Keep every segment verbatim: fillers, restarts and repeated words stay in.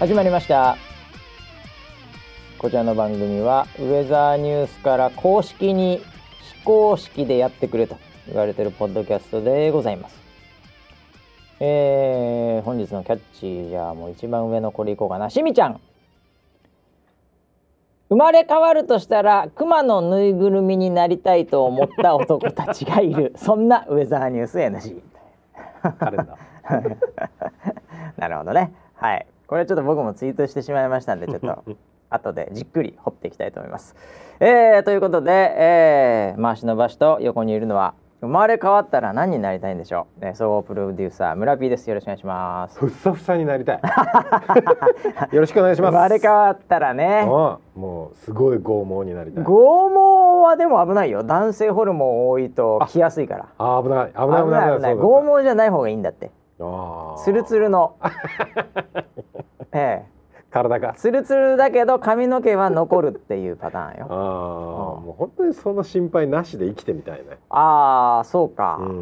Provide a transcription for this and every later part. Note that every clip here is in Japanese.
始まりました。こちらの番組はウェザーニュースから公式に非公式でやってくれと言われているポッドキャストでございます。えー、本日のキャッチ、じゃあもう一番上のこれいこうかな。しみちゃん、生まれ変わるとしたら熊のぬいぐるみになりたいと思った男たちがいるそんなウェザーニュース エヌジー カレンダーなるほどね。はい、これちょっと僕もツイートしてしまいましたんで、ちょっと後でじっくり掘っていきたいと思います。えー、ということで、えー、回しのばしと横にいるのは生まれ変わったら何になりたいんでしょう、ね、総合プロデューサー村 P です。よろしくお願いします。 ふっさふさになりたいよろしくお願いします。 生まれ変わったらね、 もうすごい剛毛になりたい。 剛毛はでも危ないよ。男性ホルモン多いと着やすいから。 ああ、危ない危ない危ない危ない危ない。 剛毛じゃない方がいいんだって。 あツルツルのええ、 体がツルツルだけど髪の毛は残るっていうパターンよ。 ああ、もう本当にその心配なしで生きてみたいね。 ああ、そうか。うん、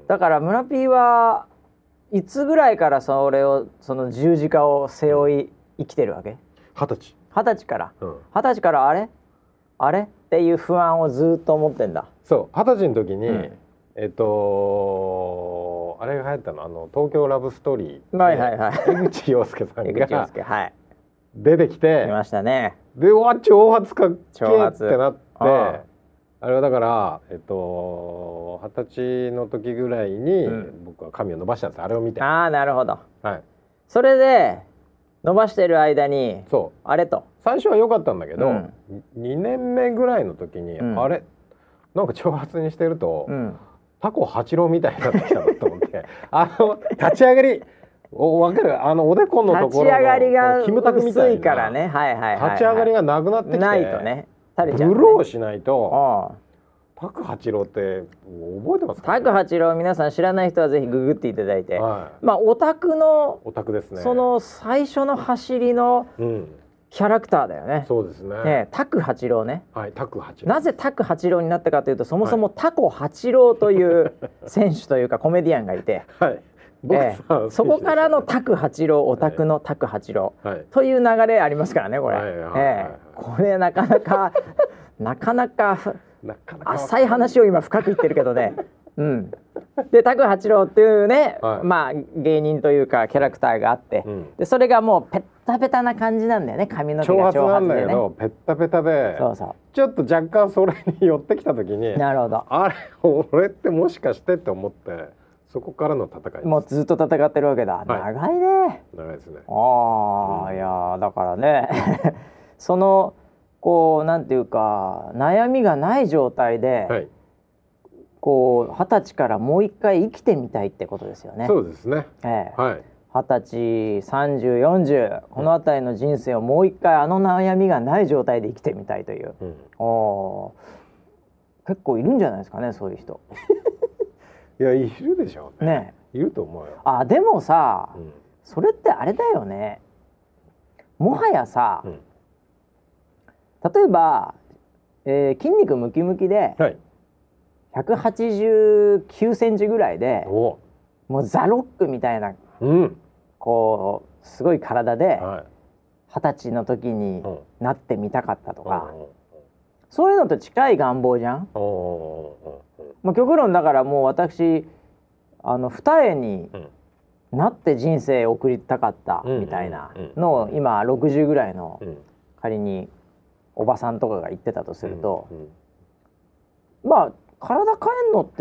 だから村 P はいつぐらいからそれをその十字架を背負い生きてるわけ？ 二十歳。 二十歳から。 うん、 二十歳からあれあれっていう不安をずっと思ってんだ。 そう、二十歳の時に、うん、えっとあれが流行ったの、あの東京ラブストーリー、 はいはいはい、 江口洋介さんが江口洋介、はい、 出てきて、 来ましたね。 で、わっ長髪かっけーってなって、あ, あれはだからえっと二十歳の時ぐらいに、うん、僕は髪を伸ばしたんです。あれを見て。 ああ、なるほど。 はい。 それで伸ばしてる間に、 そうあれと最初は良かったんだけど、うん、にねんめぐらいの時に、うん、あれなんか長髪にしてると、うん、タコ八郎みたいになってきたなと思ってあの立ち上がりお分かる、あのおでこのところの立ち上がりがキムタクみたいなからね、はいはいはいはい、 立ち上がりがなくなってきてないとね、垂れちゃうね、 ブローしないと。タク八郎って覚えてますか、ね、 タク八郎、皆さん知らない人はぜひググっていただいて、はい、まあオタクのオタクですね。 その最初の走りのキャラクターだよね。 うん、そうですね。 ね、タク八郎ね。 はい、タク八郎。 なぜタク八郎になったかというと、そもそもタコ八郎という選手というかコメディアンがいて、はい、ええ、そこからのタク八郎、オタクのタク八郎、はい、という流れありますからね、これ。これなかなかなかなか浅い話を今深く言ってるけどね。うん、でタク八郎っていうね、はい、まあ芸人というかキャラクターがあって、うん、でそれがもうペッタペタな感じなんだよね。髪の毛が長髪でね。長髪なんだけどペッタペタで、そうそう、ちょっと若干それに寄ってきた時に、なるほど、あれ俺ってもしかしてって思って、そこからの戦いです。 もうずっと戦ってるわけだ。はい、長いね。 長いですね。 ああ、うん、いやだからねそのこうなんていうか悩みがない状態で、はい、こう二十歳からもう一回生きてみたいってことですよね。 そうですね。 ええ、はい、二十歳、さんじゅう、よんじゅう、このあたりの人生をもう一回あの悩みがない状態で生きてみたいという、うん、お結構いるんじゃないですかね、そういう人いや、いるでしょうね。ね、いると思うよ。 あ、でもさ、うん、それってあれだよね。もはやさ、うん、例えば、えー、筋肉ムキムキで、はい、ひゃくはちじゅうきゅうセンチぐらいで、もうザ・ロックみたいな、うん、こうすごい体で二十歳の時になってみたかったとか、うん、そういうのと近い願望じゃん。まあ、極論だからもう私あの二重になって人生を送りたかったみたいなのを今ろくじゅうぐらいの仮におばさんとかが言ってたとすると、うんうん、まあ体変えんのって、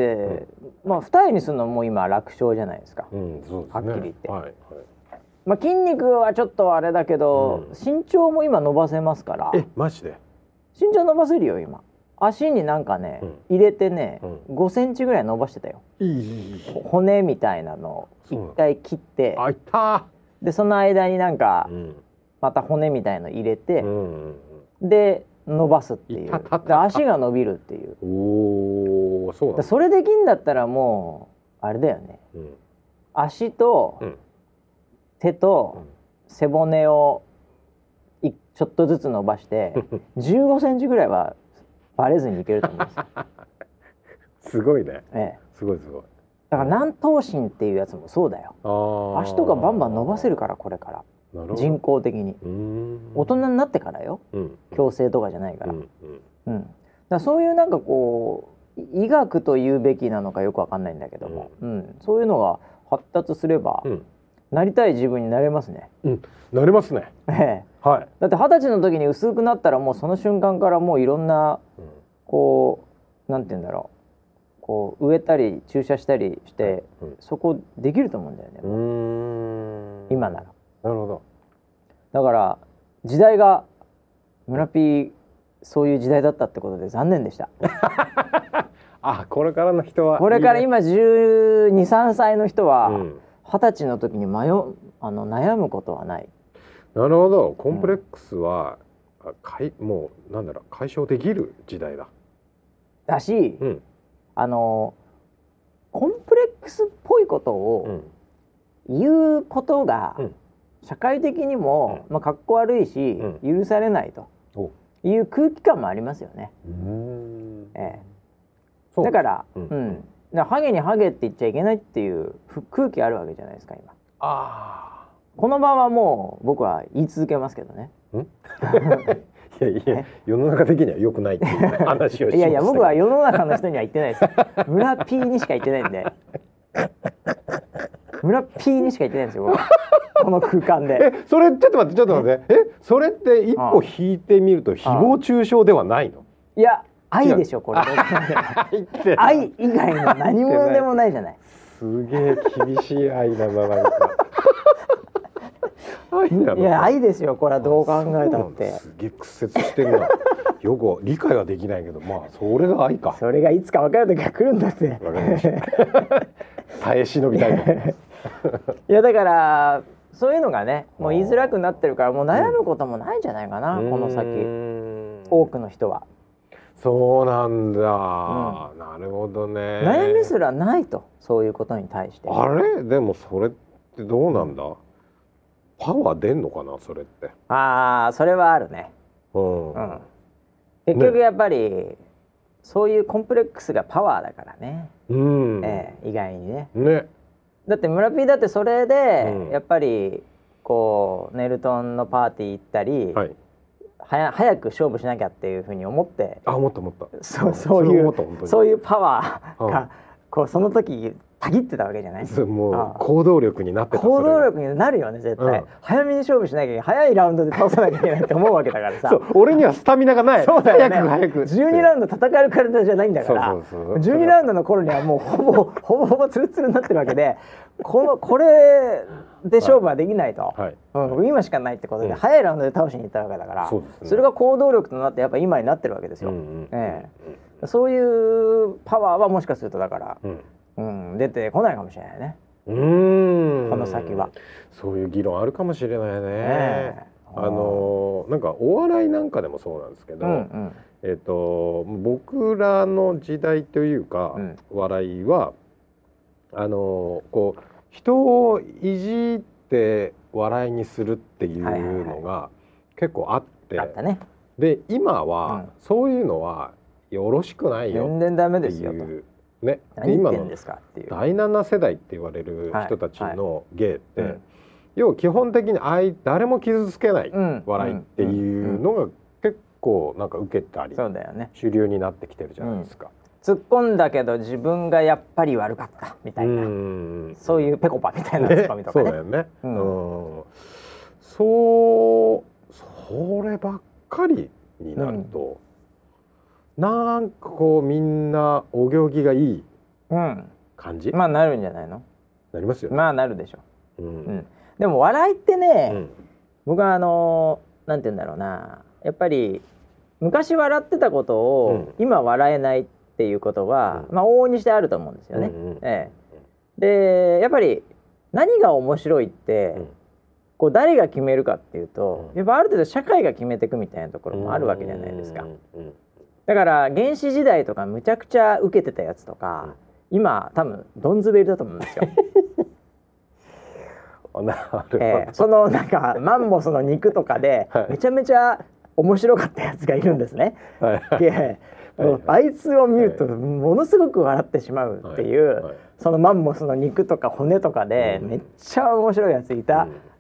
うん、まあ二重にするのも今楽勝じゃないですか、うん、そうですね、はっきり言って、はいはい、まあ、筋肉はちょっとあれだけど、うん、身長も今伸ばせますから。 え、マジで？ 身長伸ばせるよ今。足になんかね、うん、入れてね、うん、ごセンチぐらい伸ばしてたよ。いい骨みたいなのを一回切って、 あ、いた。 でその間になんか、うん、また骨みたいの入れて、うんうん、で伸ばすっていう。で足が伸びるっていう。 おー、そうなんだ。 それできんだったらもうあれだよね、うん、足と、うん、手と背骨をちょっとずつ伸ばしてじゅうごセンチぐらいはバレずにいけると思いますすごいね、 ええ、 すごいすごい。 だから軟頭身っていうやつもそうだよ。足とかバンバン伸ばせるからこれから。 人工的に。大人になってからよ、うん、強制とかじゃないから、うんうん、だからそういうなんかこう医学と言うべきなのかよくわかんないんだけども、うんうん、そういうのが発達すれば、うん、なりたい自分になれますね、 うん、なれますね、ええ、はい、 だって二十歳の時に薄くなったらもうその瞬間からもういろんな、うん、こうなんて言うんだろうこう植えたり注射したりして、うん、そこできると思うんだよね。うーん今なら。 なるほど。 だから時代が村 P そういう時代だったってことで残念でした。 あ、これからの人は、 これから今じゅうに、さんさいの人は二十、うん、歳の時に迷あの悩むことはない。 なるほど。コンプレックスは、うん、かいもうなんだろう解消できる時代だ。 だし、うん、あのコンプレックスっぽいことを言うことが、うん社会的にも、うんまあ、かっこ悪いし、うん、許されないという空気感もありますよね。うーん、ええ、だから、うんうん、だからハゲにハゲって言っちゃいけないっていう空気あるわけじゃないですか今。あこの場はもう僕は言い続けますけどね。んいやいや世の中的には良くないっていう、ね、話をしましたいやいや僕は世の中の人には言ってないです村 P にしか言ってないんで村 P にしか言ってないんですよ僕はこの空間で。 え、それちょっと待ってちょっと待って。え、それって一歩引いてみると誹謗中傷ではないの？ いや、愛でしょこれ。愛以外の何者でもないじゃない。 すげえ厳しい愛だななんか。 愛なの？いや愛ですよこれはどう考えたって。 すげえ屈折してるな。よく理解はできないけど、まあそれが愛か。 それがいつか分かる時が来るんだって。わかりました。 耐え忍びたいと思います。 いやだから。そういうのがねもう言いづらくなってるからもう悩むこともないんじゃないかな、うん、この先多くの人は。 そうなんだ、うん、なるほどね。 悩みすらないとそういうことに対して。 あれでもそれってどうなんだ、うん、パワー出んのかなそれって。 ああそれはあるね、うんうん、結局やっぱり、ね、そういうコンプレックスがパワーだからね、うんえー、意外にね。ねだって村 P だってそれで、うん、やっぱりこうネルトンのパーティー行ったり、はい、はや早く勝負しなきゃっていうふうに思ってあ思った思ったそうそういうそういうパワーが、うん、こうその時たぎってたわけじゃない。 もう行動力になってた。 行動力になるよね絶対、うん、早めに勝負しなきゃいけない早いラウンドで倒さなきゃいけないって思うわけだからさそう俺にはスタミナがないそうだよ、ね、 早く早くじゅうにラウンド戦える体じゃないんだからそうそうそうじゅうにラウンドの頃にはもうほぼほぼほぼツルツルになってるわけでこのこれで勝負はできないと、はいうん、今しかないってことで、うん、早いラウンドで倒しに行ったわけだから、 そうですね、それが行動力となってやっぱ今になってるわけですよ、うんうんええ、そういうパワーはもしかするとだから、うんうん、出てこないかもしれないね。うーんこの先はそういう議論あるかもしれないね。ねあのなんかお笑いなんかでもそうなんですけど、うんうん、えーと、僕らの時代というか、うん、笑いはあのこう人をいじって笑いにするっていうのが結構あって、はいはいはい、あったね。で今は、うん、そういうのはよろしくないよっていう。 全然ダメですよと。 ね、 何言ってんですかっていうだいなな世代って言われる人たちの芸って、はいはい、要は基本的にあい誰も傷つけない笑いっていうのが結構なんか受けたり、そうだよね、主流になってきてるじゃないですか、 うん、突っ込んだけど自分がやっぱり悪かったみたいな、うんそういうペコパみたいなツッコミとかね、そうだよね、うん、 そうそればっかりになると、うんなんかこうみんなお行儀がいい感じ、 うん、まあなるんじゃないの。 なりますよね。 まあなるでしょう、うんうん、でも笑いってね、うん、僕はあのなんて言うんだろうなやっぱり昔笑ってたことを、うん、今笑えないっていうことは、うん、まあ往々にしてあると思うんですよね、うんうんええ、でやっぱり何が面白いって、うん、こう誰が決めるかっていうと、うん、やっぱある程度社会が決めていくみたいなところもあるわけじゃないですか、うんうんだから原始時代とかむちゃくちゃ受けてたやつとか、うん、今多分ドンズベルだと思うんですよ。なるほど、えー、そのなんかマンモスの肉とかでめちゃめちゃ面白かったやつがいるんですね。はいはいあいつを見るとものすごく笑ってしまうっていう、はいはい、そのマンモスの肉とか骨とかでめっちゃ面白いやついた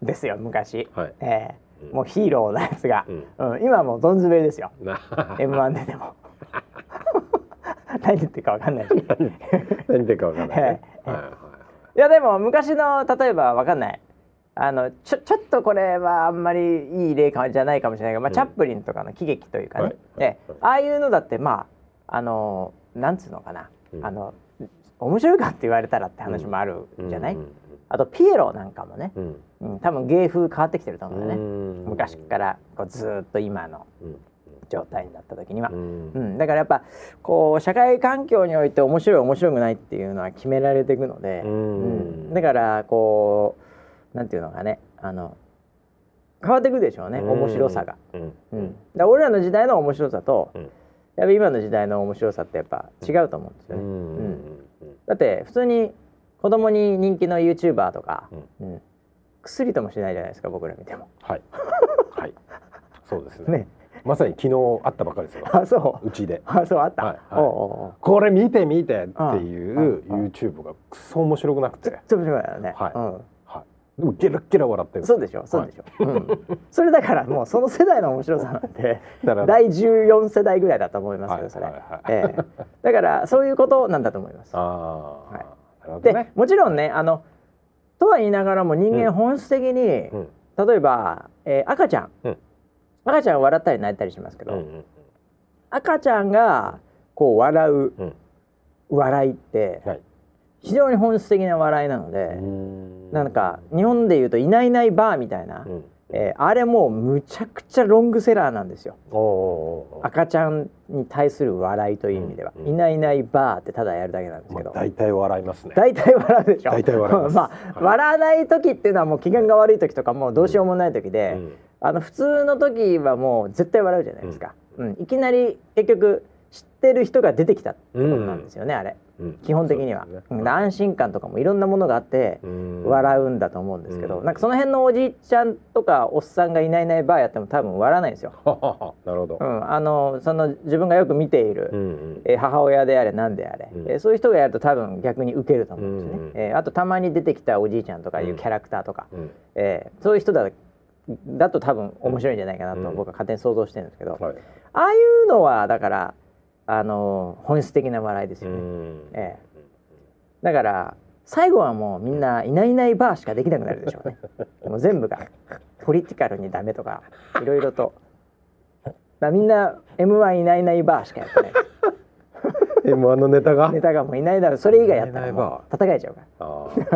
ですよ昔、 はい、 えーうん、もうヒーローなやつが、 うんうん、今はもうどん詰めですよエムワン 出ても何言ってるか分かんないし何言ってるか分かんない、ねはいはい、 いやでも昔の例えば分かんないあのちょちょっとこれはあんまりいい例かじゃないかもしれないけど、まあ、チャップリンとかの喜劇というかね、はいえー、ああいうのだってまああのなんつうのかな、うん、あの面白いかって言われたらって話もあるじゃない、うんうんうん、あとピエロなんかもね、うんうん、多分芸風変わってきてると思うんだよね、うん、昔からこうずっと今の状態になった時には、うんうん、だからやっぱこう社会環境において面白い面白くないっていうのは決められていくので、うんうん、だからこうなんていうのかねあの変わっていくでしょうね、面白さが、うんうん、だから俺らの時代の面白さと、うん、やっぱ今の時代の面白さってやっぱ違うと思うんですよね、うんうん、だって普通に子供に人気の YouTuber とか、うんうん、薬ともしないじゃないですか僕ら見てもはい、はい、そうですねねまさに昨日会ったばかりですよあそううちであそうあった、 はいはい、おうおうおうこれ見て見てっていう YouTube がクソ面白くなくてちょっと面白いよね、 はいうんでもゲラゲラ笑ってる。 そうでしょそうでしょ、はいうん、それだからもうその世代の面白さなんてだいじゅうよん世代ぐらいだと思いますけどそれ、はいはいはいえー、だからそういうことなんだと思いますあ、はい、なるほどね、でもちろんねあのとは言いながらも人間本質的に、うん、例えば、えー、赤ちゃん、うん、赤ちゃん笑ったり泣いたりしますけど、うんうん、赤ちゃんがこう笑う、うん、笑いって、はい非常に本質的な笑いなのでなんか日本でいうといないいないばーみたいな、うんえー、あれもうむちゃくちゃロングセラーなんですよおうおうおう赤ちゃんに対する笑いという意味では、うんうん、いないいないばーってただやるだけなんですけど、 まあ、大体笑いますね大体笑うでしょ大体笑います、 まあはい、笑わない時っていうのはもう機嫌が悪い時とかもうどうしようもない時で、うん、あの普通の時はもう絶対笑うじゃないですか、うんうん、いきなり結局知ってる人が出てきたってことなんですよね、うん、あれうん、基本的には、ねうん、安心感とかもいろんなものがあって笑うんだと思うんですけど、うん、なんかその辺のおじいちゃんとかおっさんがいないいないばあやっても多分笑わないんですよなるほど、 うん、あのその自分がよく見ている、うんうんえー、母親であれなんであれ、うんえー、そういう人がやると多分逆にウケると思うんですね、うんうんえー、あとたまに出てきたおじいちゃんとかいうキャラクターとか、うんえー、そういう人だだと多分面白いんじゃないかなと僕は勝手に想像してるんですけど、うんはい、ああいうのはだからあの本質的な笑いですよね、ええ、だから最後はもうみんないないいないばーしかできなくなるでしょうねもう全部がポリティカルにダメとかいろいろとだみんな エムワン いないいないばーしかやってないエムワン のネタがネタがもういないだろそれ以外やったらもう叩かれちゃうから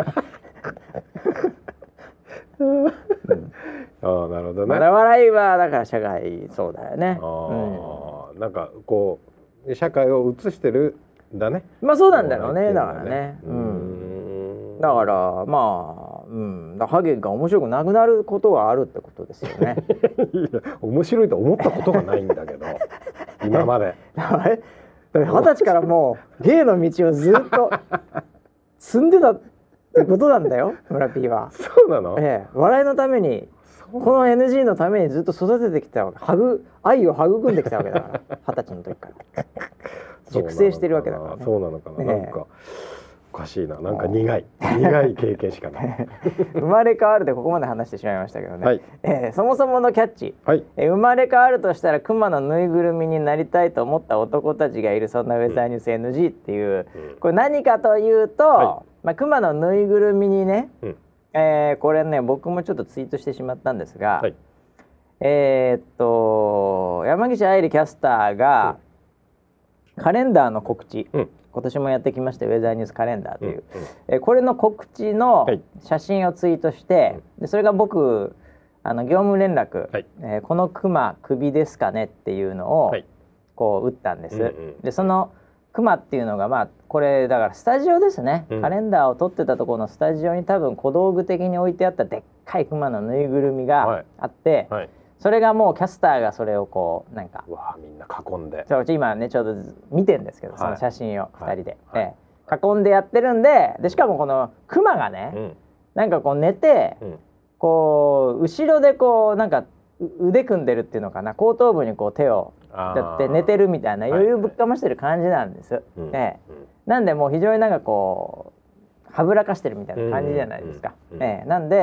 あ、うん、あなるほどねまだ笑いはだから社会そうだよねあ、うん、なんかこう社会を映してるんだねまあそうなんだろうねだからねうんだからまあうんだハゲが面白くなくなることはあるってことですよね面白いと思ったことがないんだけど今まで二十歳からもう芸の道をずっと積んでたってことなんだよ村 P はそうなの、 ええ、笑いのためにこの エヌジー のためにずっと育ててきたわけはぐ愛を育んできたわけだから二十歳の時から熟成してるわけだからねそうなのかな、ね、なんかおかしいななんか苦い苦い経験しかない生まれ変わるでここまで話してしまいましたけどね、はいえー、そもそものキャッチ、はいえー、生まれ変わるとしたら熊のぬいぐるみになりたいと思った男たちがいるそんなウェザーニュース エヌジー っていう、うん、これ何かというと、はいまあ、熊のぬいぐるみにね、うんえー、これね僕もちょっとツイートしてしまったんですが、はい、えー、っと山岸愛理キャスターがカレンダーの告知、うん、今年もやってきましたウェザーニュースカレンダーという、うんうんえー、これの告知の写真をツイートして、はい、でそれが僕あの業務連絡、はいえー、このクマ首ですかねっていうのをこう打ったんです、うんうん、でそのクマっていうのがまあこれだからスタジオですね、うん、カレンダーを撮ってたところのスタジオに多分小道具的に置いてあったでっかいクマのぬいぐるみがあって、はいはい、それがもうキャスターがそれをこうなんかうわみんな囲んで今ねちょうど見てんですけど、はい、その写真をふたりで、はいはいえー、囲んでやってるんで、でしかもこのクマがね、うん、なんかこう寝て、うん、こう後ろでこうなんか腕組んでるっていうのかな後頭部にこう手をやって寝てるみたいな余裕ぶっかましてる感じなんです、はいはいええ、なんでもう非常になんかこうはぶらかしてるみたいな感じじゃないですか、うんうんうんええ、なんで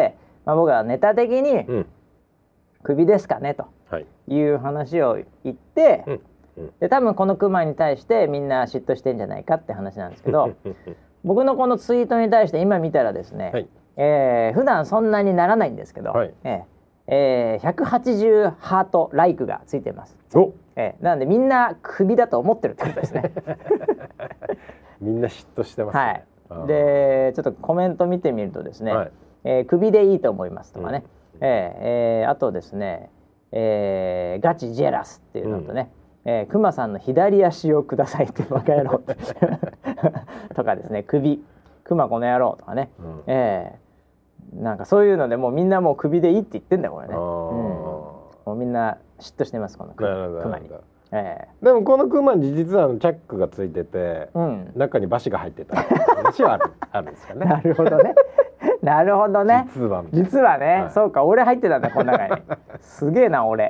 まあ、僕はネタ的に、うん、クビですかねという話を言って、うんうん、で多分このクマに対してみんな嫉妬してんじゃないかって話なんですけど僕のこのツイートに対して今見たらですね、はい、えー、普段そんなにならないんですけど、はい、えーえー、ひゃくはちじゅうハートライクがついてます。お、えー、なのでみんなクビだと思ってるってことですねみんな嫉妬してますね、 はい、でちょっとコメント見てみるとですね、はい、えー、クビでいいと思いますとかね、うん、えーえー、あとですね、えー、ガチジェラスっていうのとね、うん、えー、クマさんの左足をくださいってバカ野郎とかですね、クビクマこの野郎とかね、うん、えー、なんかそういうのでもうみんなもうクビでいいって言ってんだよこれね、うん、もうみんな嫉妬してますこのクマに。えー、 でもこのクマに実はチャックがついてて、うん、中にバシが入ってた話はあるあるんですかね。 なるほどねなるほどね。実は実はね、はい、そうか俺入ってたんだこの中にすげえな俺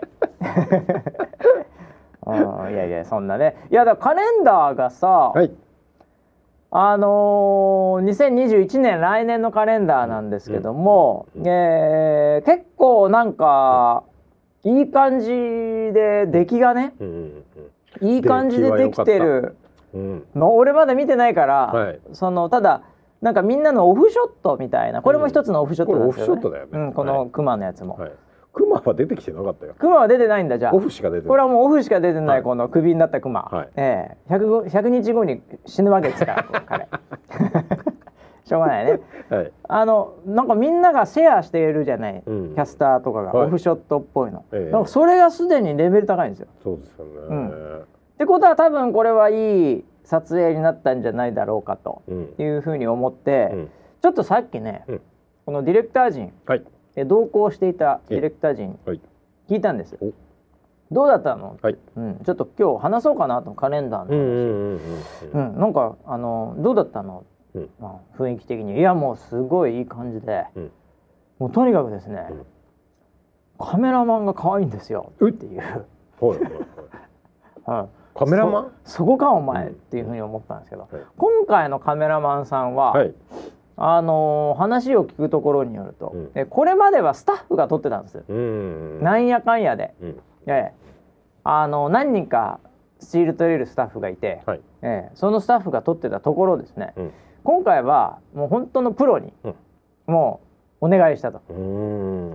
うん、いやいやそんなね、いやだカレンダーがさ、はい、あのー、にせんにじゅういちねん来年のカレンダーなんですけども、うんうん、えー、結構なんか、うん、いい感じで出来がね、うんうんうん、いい感じでできてるの、うん、俺まだ見てないから、はい、そのただなんかみんなのオフショットみたいな、これも一つのオフショットなんですよね、うん、これオフショットだよね、うん、このクマのやつも、はい、 クマは出てきてなかったよ。 クマは出てないんだ。じゃあオフしか出てない。 これはもうオフしか出てない、はい、このクビになったクマ、はい、えー、ひゃく, ひゃくにちごに死ぬわけですから彼しょうがないね、はい、あのなんかみんながシェアしているじゃない、うん、キャスターとかが、はい、オフショットっぽいの、えー、なんかそれがすでにレベル高いんですよ。 そうですよね、うん、 ってことは多分これはいい撮影になったんじゃないだろうかというふうに思って、うん、ちょっとさっきね、うん、このディレクター陣、はい、同行していたディレクター陣、はい、聞いたんですよ。どうだったの、はい、うん、ちょっと今日話そうかなとカレンダーの話、なんかあのどうだったの、うん、まあ、雰囲気的にいやもうすごいいい感じで、うん、もうとにかくですね、うん、カメラマンが可愛いんですよっていう、はいはい、 カメラマンそ, そこかお前っていうふうに思ったんですけど、うん、はい、今回のカメラマンさんは、はい、あのー、話を聞くところによると、うん、これまではスタッフが撮ってたんですよ、うんうんうん、なんやかんやで、うん、ええ、あの何人かスチール撮れるスタッフがいて、はい、ええ、そのスタッフが撮ってたところですね、うん、今回はもう本当のプロに、うん、もうお願いしたと、うん、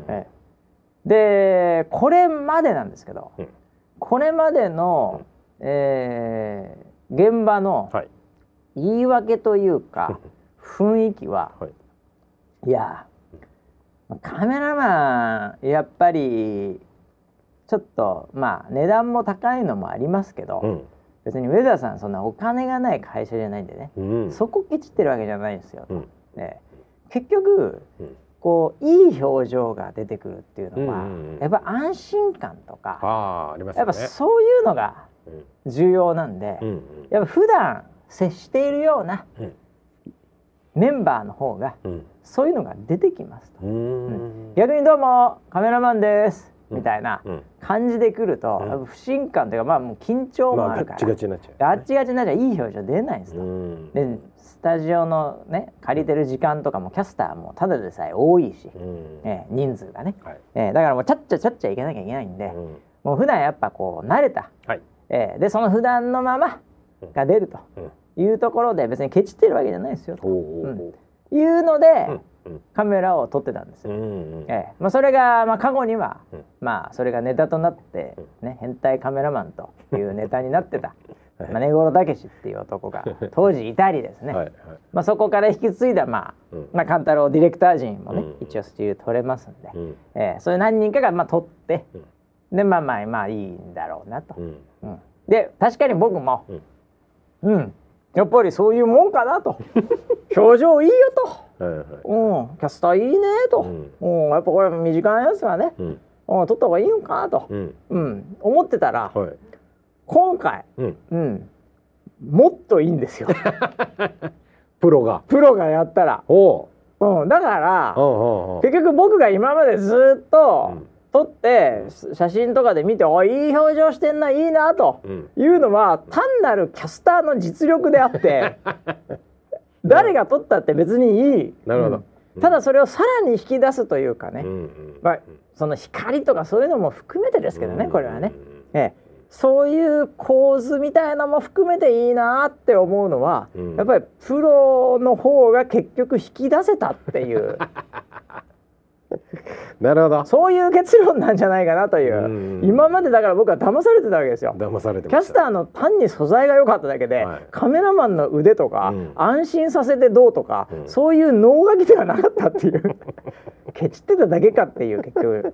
ええ、でこれまでなんですけど、うん、これまでの、うん、えー、現場の言い訳というか、はい雰囲気は、はい、いやカメラマンやっぱりちょっとまあ値段も高いのもありますけど、うん、別にウェザーさんそんなお金がない会社じゃないんでね、うん、そこケチってるわけじゃないんですよ、うん、ね、結局、うん、こういい表情が出てくるっていうのは、うんうんうん、やっぱ安心感とか、あ、ありますよね、やっぱそういうのが重要なんで、うんうん、やっぱ普段接しているような、うん、メンバーの方が、うん、そういうのが出てきますと、うん、逆にどうもカメラマンです、うん、みたいな感じで来ると、うん、不信感というか、まあ、もう緊張もあるから、まあ、ガチガチになっちゃう、ね、ガチガチになっちゃう、いい表情出ないんですと、うん、でスタジオのね借りてる時間とかもキャスターもただでさえ多いし、うん、えー、人数がね、はい、えー、だからもうちゃっちゃちゃっちゃいけなきゃいけないんで、うん、もう普段やっぱこう慣れた、はい、えー、でその普段のままが出るというところで別にケチってるわけじゃないですよと、うん、いうので、うんうん、カメラを撮ってたんですよ、うんうん、ええ、まあ、それが、まあ、過去には、うん、まあそれがネタとなって、ね、変態カメラマンというネタになってたまあ根頃武史っていう男が当時いたりですね、はいはい、まあ、そこから引き継いだ、まあうん、まあ、勘太郎ディレクター陣もね、うん、一応スチール撮れますんで、うん、ええ、そういう何人かが、まあ、撮って、うん、でまあまあまあいいんだろうなと、うんうん、で確かに僕も、うん、うん、やっぱりそういうもんかなと表情いいよと、はいはい、うん、キャスターいいねと、うん、うん、やっぱこれ短いやつはね、うん、撮った方がいいのかなと、うんうん、思ってたら、はい、今回、うんうん、もっといいんですよプロがプロがやったら、おう、うん、だからおうおうおう結局僕が今までずっと、うん、撮って写真とかで見て、おいい表情してんないいなというのは、うん、単なるキャスターの実力であって誰が撮ったって別にいい。 なるほど、うただそれをさらに引き出すというかね、まあ、その光とかそういうのも含めてですけどね、これはね、ええ、そういう構図みたいなのも含めていいなって思うのは、うん、やっぱりプロの方が結局引き出せたっていうなるほど、 そういう結論なんじゃないかなという、うん、今までだから僕は騙されてたわけですよ。 騙されてました。 キャスターの単に素材が良かっただけで、はい、カメラマンの腕とか、うん、安心させてどうとか、うん、そういう脳書きではなかったっていうケチってただけかっていう結局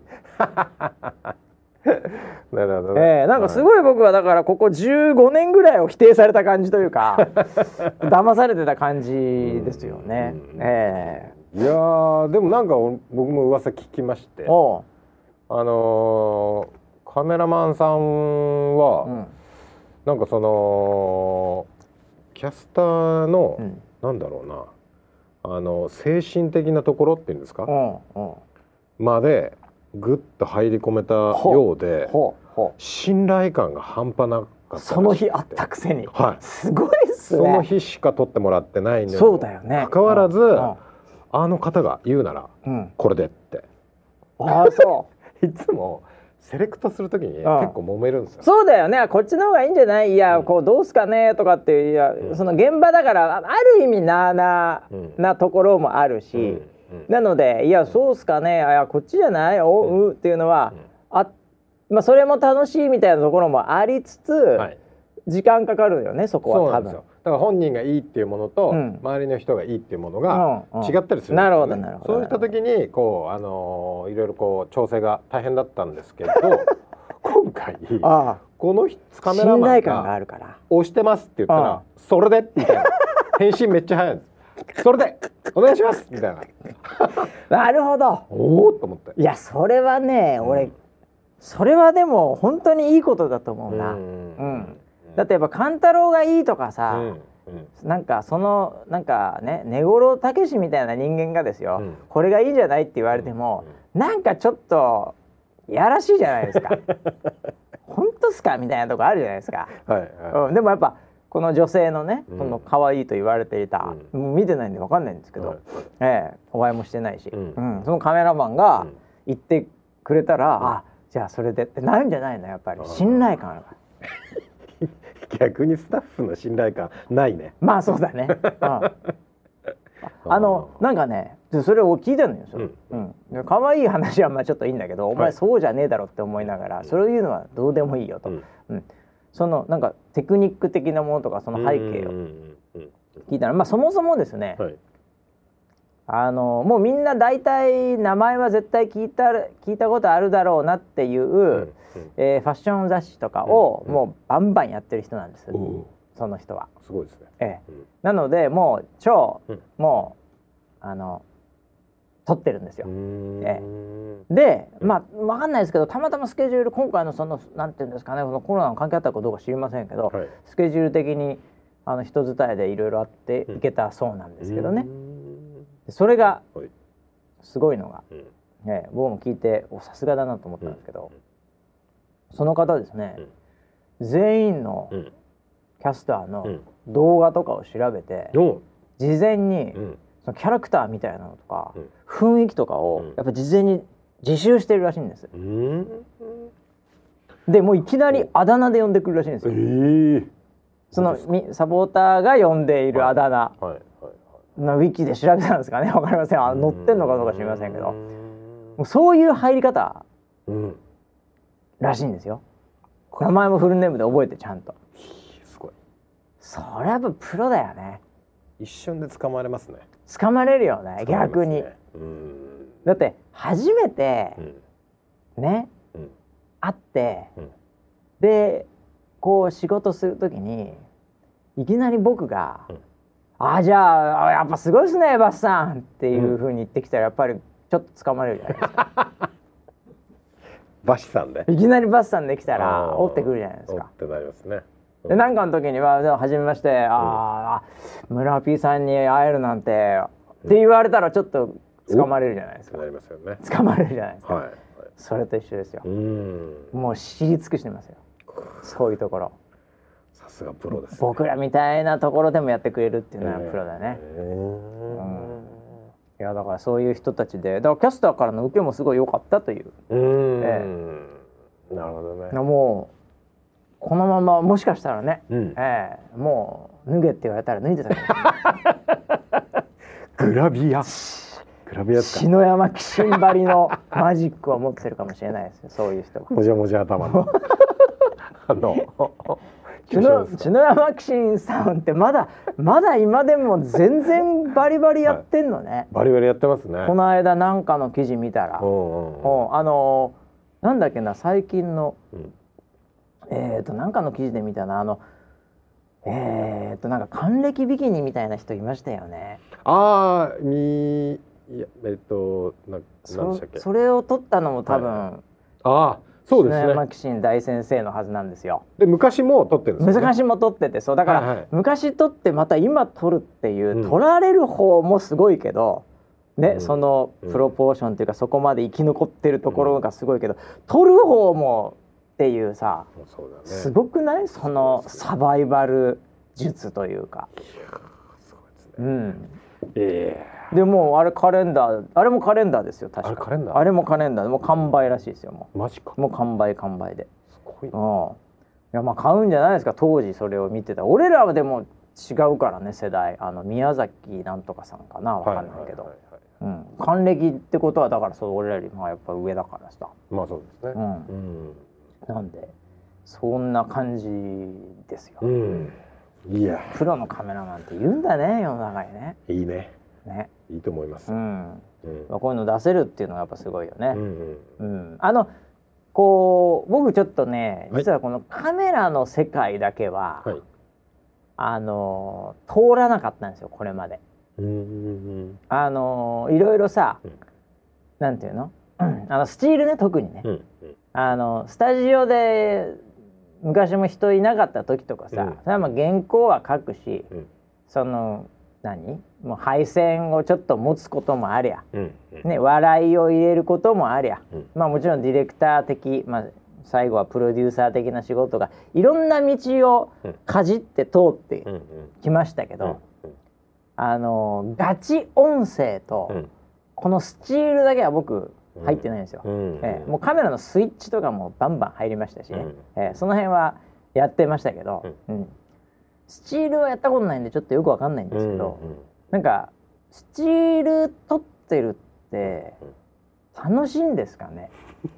なるほど、ね、 えー、なんかすごい僕はだからここじゅうごねんぐらいを否定された感じというか騙されてた感じですよね。うん、えー、いやーでもなんか僕も噂聞きまして、おあのー、カメラマンさんは、うん、なんかそのキャスターの、うん、なんだろうな、あの精神的なところっていうんですか、うんうん、までぐっと入り込めたようで、信頼感が半端なかったらしくて、 その日あったくせに、はい、すごいっすね。 その日しか撮ってもらってないのにそうだよね、 かかわらず、うん、あの方が言うなら、うん、これでって、 ああそういつもセレクトするときに結構揉めるんですよ。 そうだよね、こっちの方がいいんじゃない、いや、うん、こうどうすかねとかって、いや、うん、その現場だからある意味なあなあなところもあるし、うんうん、なのでいやそうっすかね、いやこっちじゃないおう、うん、っていうのは、うん、あ、まあ、それも楽しいみたいなところもありつつ、はい、時間かかるよねそこは。多分そうなんですよ。だから本人がいいっていうものと、うん、周りの人がいいっていうものが違ったりするんですよね。 なるほどなるほど。 そういった時にこう、あのー、いろいろこう調整が大変だったんですけど今回ああこのカメラマンが押してますって言ったら、ああそれでみたいな返信めっちゃ早いんです。それでお願いしますみたいななるほど。 おおと思って、 いやそれはね、うん、俺それはでも本当にいいことだと思うな。うん、うん、だってやっぱ勘太郎がいいとかさ、うんうん、なんかそのなんかね根室武史みたいな人間がですよ、うん、これがいいんじゃないって言われても、うん、なんかちょっとやらしいじゃないですか本当っすかみたいなとこあるじゃないですか、はいはい、うん、でもやっぱこの女性のね、うん、この可愛いと言われていた、うん、見てないんで分かんないんですけど、はい、ええ、お会いもしてないし、うんうん、そのカメラマンが言ってくれたら、うん、あ、じゃあそれでってなるんじゃないの、やっぱり信頼感あるから逆にスタッフの信頼感ないね。 まあそうだね、うん、あのなんかねそれを聞いてるのよそれ、うんうん、可愛い話はまあちょっといいんだけど、はい、お前そうじゃねえだろって思いながら、そういうのはどうでもいいよと、うんうん、そのなんかテクニック的なものとかその背景を聞いたら、まあそもそもですね、はい、あのもうみんな大体名前は絶対聞いた聞いたことあるだろうなっていう、うんうん、えー、ファッション雑誌とかをもうバンバンやってる人なんです、うん、その人は。 すごいですね。 ええ、うん、なのでもう超、うん、もうあの撮ってるんですよ。ええ、で、まあ分かんないですけど、たまたまスケジュール今回のそのなんていうんですかね、このコロナの関係あったかどうか知りませんけど、はい、スケジュール的にあの人伝えでいろいろあっていけたそうなんですけどね。うん、それがすごいのが、うん、ええ、僕も聞いておさすがだなと思ったんですけど、うん、その方ですね、うん、全員のキャスターの動画とかを調べて、うん、事前に、うん、そのキャラクターみたいなのとか、うん、雰囲気とかをやっぱ事前に自習してるらしいんです、うん、でもういきなりあだ名で呼んでくるらしいんですよ、えー、そのサポーターが呼んでいるあだ名、はいはいはい、なウィキで調べたんですかね、わかりません、あ載ってんのかどうか知りませんけど、もうそういう入り方、うん、らしいんですよ。名前もフルネームで覚えてちゃんと。 すごい。 それやっぱプロだよね。 一瞬で捕まれますね。 捕まれるよね、逆に。うん、だって初めて、うん、ね、うん、会って、うん、でこう仕事するときにいきなり僕が、うん、あ、じゃあやっぱすごいですねバスさんっていう風に言ってきたら、やっぱりちょっと捕まれるじゃないですかバシさんでいきなりバスさんできたら追ってくるじゃないですか。 追ってなりますね。 でなんかの時には「はじめまして、うん、ああ村 P さんに会えるなんて」って言われたらちょっと捕まれるじゃないですか。 なりますよね。 捕まれるじゃないですか、はいはい、それと一緒ですよ。うん、もう知り尽くしてますよ、そういうところ。 さすがプロですね。 僕らみたいなところでもやってくれるっていうのはプロだね。へー、うん、 いやだからそういう人たちで、だからキャスターからの受けもすごい良かったという。 うーん、ええ、なるほどね。 もうこのままもしかしたらね、うん、ええ、もう脱げって言われたら脱いでたかもしれないグラビアグラビアですか。 篠山紀信張りのマジックを持ってるかもしれないですよ、そういう人が。 もじゃもじゃ頭のあの篠山紀信さんってまだまだ今でも全然バリバリやってんのね、はい、 バリバリやってますね。 この間なんかの記事見たら、うんうんうん、あのなんだっけな、最近の、うん、えーとなんかの記事で見たな、あのえーとなんか還暦ビキニみたいな人いましたよね。 ああ、みいやえっとななんでしたっけ。 それを撮ったのも多分、はい、ああそうですね、 篠山紀信大先生のはずなんですよ。 で昔も撮ってるんですよね。 昔も撮ってて、そうだから、はいはい、昔撮ってまた今撮るっていう、うん、撮られる方もすごいけどね、うん、そのプロポーションというか、うん、そこまで生き残ってるところがすごいけど、うん、撮る方もっていうさ、 そうだね、 すごくない？そのサバイバル術というか。いやすごいですね。うん。ええー。でもあれカレンダー、あれもカレンダーですよ確か。あれカレンダー？あれもカレンダーでもう完売らしいですよ、もう。 マジか。 もう完売完売で。すごいな。うん。いやまあ買うんじゃないですか、当時それを見てた。俺らはでも違うからね、世代。あの宮崎なんとかさんかな、わかんないけど。うん。還暦ってことはだからそう俺らよりもやっぱ上だからさ。 まあそうですね。うん。うん、 なんでそんな感じですよ。 うん。いや。 プロのカメラマンって言うんだね、世の中にね。 いいね。 ね。 いいと思います。 うんうん、まあ、こういうの出せるっていうのはやっぱすごいよね。うんうんうん、あのこう僕ちょっとね、実はこのカメラの世界だけは、はい、あの通らなかったんですよこれまで。うんうんうん、あのいろいろさ、うん、なんていうの、うん、あのスチールね特にね、うんうん、あのスタジオで昔も人いなかった時とかさ、うん、それはまあ原稿は書くし、うん、その何もう配線をちょっと持つこともありゃ、うんうん、ね、笑いを入れることもありゃ、うん、まあもちろんディレクター的、まあ、最後はプロデューサー的な仕事がいろんな道をかじって通ってきましたけど、うんうんうん、あのガチ音声と、うん、このスチールだけは僕入ってないんですよ、うんうん、えー、もうカメラのスイッチとかもバンバン入りましたしね、うん、えー、その辺はやってましたけど、うんうん、スチールはやったことないんでちょっとよくわかんないんですけど、うんうん、なんかスチール撮ってるって楽しいんですかね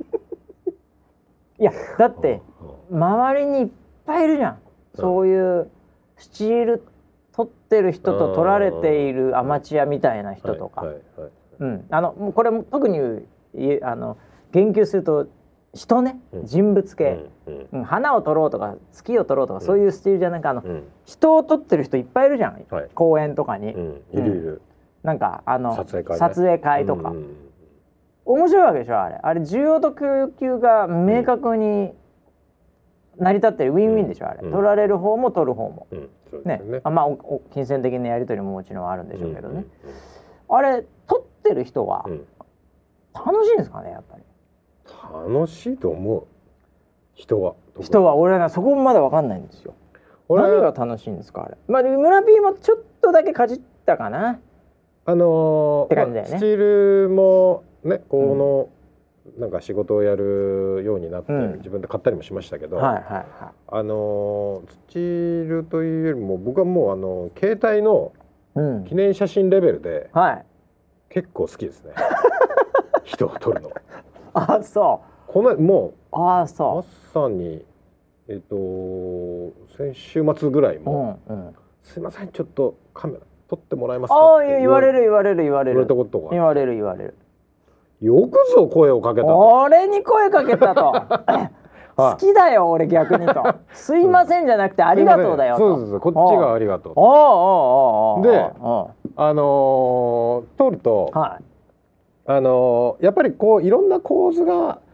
いやだって周りにいっぱいいるじゃん、そういうスチール撮ってる人と撮られているアマチュアみたいな人とか、うん、あのこれも特にあの言及すると人ね、人物系、うんうん、花を撮ろうとか月を撮ろうとか、うん、そういうスチールじゃなくて、あの、うん、人を撮ってる人いっぱいいるじゃん、はい、公園とかに、うん、 いるいる、 なんかあの撮影会ね、 撮影会とか、うん、面白いわけでしょあれ。あれ需要と供給が明確に成り立ってる、ウィンウィンでしょあれ、うん、撮られる方も撮る方も、うんねね、あまあおお金銭的なやり取りももちろんあるんでしょうけどね、うんうんうん、あれ撮ってる人は、うん、楽しいんですかねやっぱり。 楽しいと思う。人は人は俺はそこまで分かんないんですよ。何が楽しいんですかあれ。まあ村 P もちょっとだけかじったかな、 あのー、って感じだよね。まあ、スチールもねこの、うん、なんか仕事をやるようになって、うん、自分で買ったりもしましたけど、はいはいはい、あのー、スチールというよりも僕はもうあの携帯の記念写真レベルで、うん、はい、結構好きですね人を撮るの。 あ、そう。 このもうあそうまさにえっと先週末ぐらいも、うんうん、すいませんちょっとカメラ撮ってもらえますかって言われ、あ言われる言われる言われる言われたことが言われる言われる。 よくぞ声をかけたと。 俺に声かけたと好きだよ俺逆にとすいませんじゃなくてありがとうだよと。 そうそうそうこっちがありがとう。おおおおであのー、撮ると、はい、あのー、やっぱりこういろんな構図が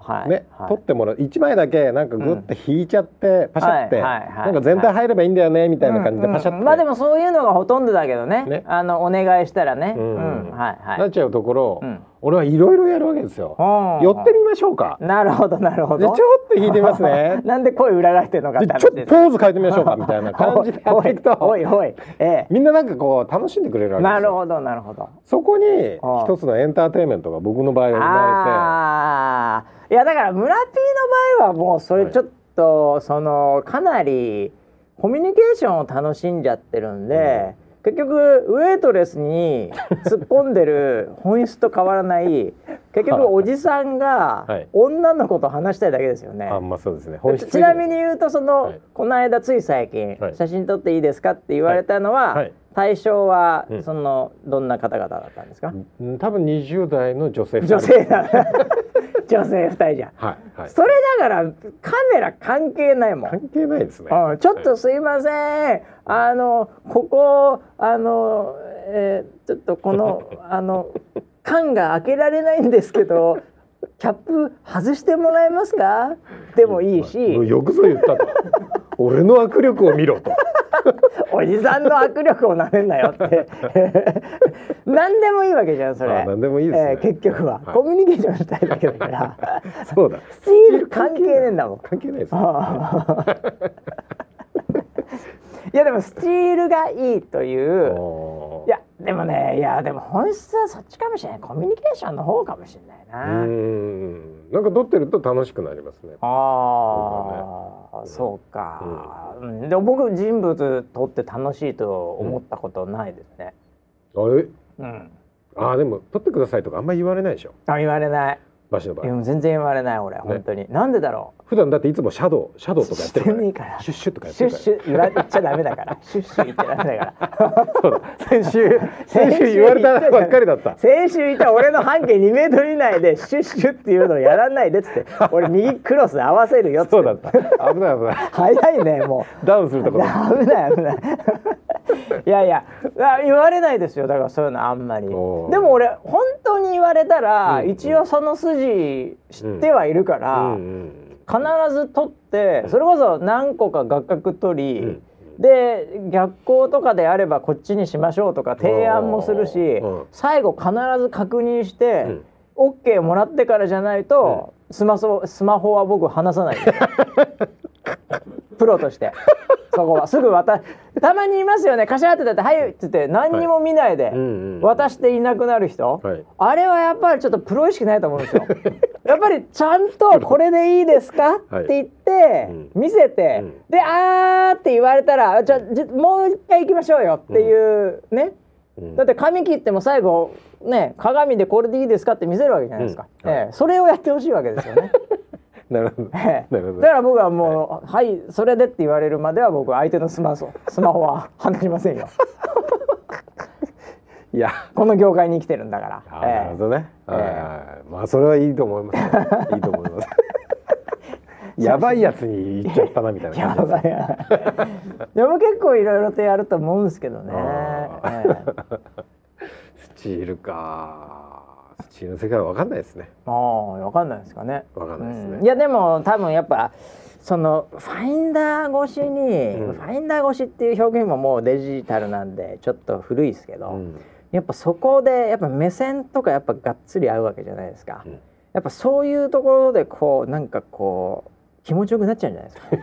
はい、ね、はい、撮ってもらういちまいだけなんかグッて引いちゃって、うん、パシャって、はいはいはい、なんか全体入ればいいんだよねみたいな感じでパシャって、うんうん、 まあでもそういうのがほとんどだけどね、ね、あのお願いしたらね、うんうん、はいはい、 なっちゃうところ、うん、俺はいろいろやるわけですよ。寄ってみましょうか。 なるほどなるほど。 でちょっと引いてみますね。 なんで声裏返ってるのかって話ちょっとポーズ変えてみましょうかみたいな感じでやっていくとおいおい、ええ、 みんななんかこう楽しんでくれるわけですよ。 なるほどなるほど。 そこに一つのエンターテインメントが僕の場合は生まれて、あいやだから村 P の場合はもうそれちょっと、はい、そのかなりコミュニケーションを楽しんじゃってるんで、うん、結局ウェイトレスに突っ込んでる本質と変わらない結局おじさんが女の子と話したいだけですよね。 あ、まあそうですね。 ちなみに言うとその、はい、この間つい最近、はい、写真撮っていいですかって言われたのは、はいはい、対象はその、うん、どんな方々だったんですか？ 多分にじゅう代の女性ふたり。 女性だ女性ふたりじゃん、 はいはい、 それだからカメラ関係ないもん。 関係ないですね、 うん、ちょっとすいません、はい、あのここあの、えー、ちょっとこのあの缶が開けられないんですけどキャップ外してもらえますかでもいいし、 よくぞ言ったと俺の握力を見ろとおじさんの握力をなめんなよって何でもいいわけじゃんそれ。 あ、何でもいいですね、 えー、結局は、はい、コミュニケーションしたいだけだからそうだ、 スチール関係ねえんだもん。 関係ないです、ね、 いやでもスチールがいいという、いやでもね、いやでも本質はそっちかもしれない。コミュニケーションの方かもしれないな。 うーん、なんか撮ってると楽しくなりますね。 ああ、ね、そうか、うんうん、でも僕人物撮って楽しいと思ったことないですね、 うん、あえ、 うん、 あでも撮ってくださいとかあんまり言われないでしょ。 あ、言われない。 場所の場合。 いや全然言われない俺、ね、本当に。なんでだろう。 普段だっていつもシャドウシャドウとかやってるから、 ね、からシュッシュとかやってるから、 シュッシュ言わ言っちゃダメだからシュッシュ言っちゃダメだからそうだ、先週先週言われたばっかりだった。 先週言った俺の半径にメートル以内でシュッシュっていうのをやらないでっつって俺右クロス合わせるよっつって。 そうだった。危ない危ない。 早いねもうダウンするところ。 危ない危ないいやいや言われないですよ。だからそういうのあんまり。でも俺本当に言われたら、うんうん、一応その筋知ってはいるから、うんうん、必ず取ってそれこそ何個か画角取り、うん、で逆光とかであればこっちにしましょうとか提案もするし、うん、最後必ず確認して、うん、OK もらってからじゃないと、うん、スマホ、スマホは僕離さないプロとしてそこはすぐ渡たまにいますよね。カシャってだって「はい」って言って何にも見ないで渡していなくなる人、はい、あれはやっぱりちょっとプロ意識ないと思うんですよやっぱりちゃんと「これでいいですか?」って言って、はい、見せて、うん、で「あー」って言われたら「じゃじもう一回行きましょうよ」っていうね、うん、だって髪切っても最後ね鏡で「これでいいですか?」って見せるわけじゃないですか、うん、はい、えー、それをやってほしいわけですよねなるほど、ええ、なるほど。 だから僕はもう、はい、はい、それでって言われるまでは僕相手のスマホスマホは離しませんよいやこの業界に生きてるんだから。 あ、ええ、なるほどね、ええ、まあそれはいいと思います、ね、いいと思いますやばいやつに言っちゃったなみたいな感じです、ね、 でも結構いろいろとやると思うんですけどね、ええ、 スチールか。スチールの世界は分かんないですね。 ああ、分かんないですかね。 分かんないですね、うん、 いやでも多分やっぱそのファインダー越しに、うん、ファインダー越しっていう表現ももうデジタルなんでちょっと古いですけど、うん、やっぱそこでやっぱ目線とかやっぱがっつり合うわけじゃないですか、うん、やっぱそういうところでこうなんかこう気持ちよくなっちゃうんじゃないですか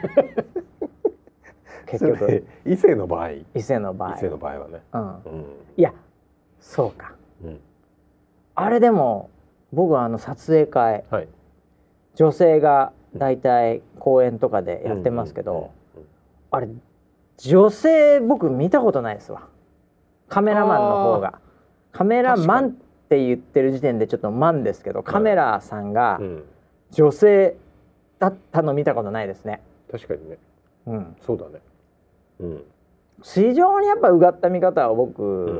結局異性の場合異性の場合異性の場合はね、うんうん、 いやそうか、うん、あれでも僕はあの撮影会、はい、女性がだいたい公演とかでやってますけど、あれ女性僕見たことないですわ。カメラマンの方がカメラマンって言ってる時点でちょっとマンですけど、カメラさんが女性だったの見たことないですね。 確かにね、うん、そうだね、 うん、非常にやっぱうがった見方を僕、うん、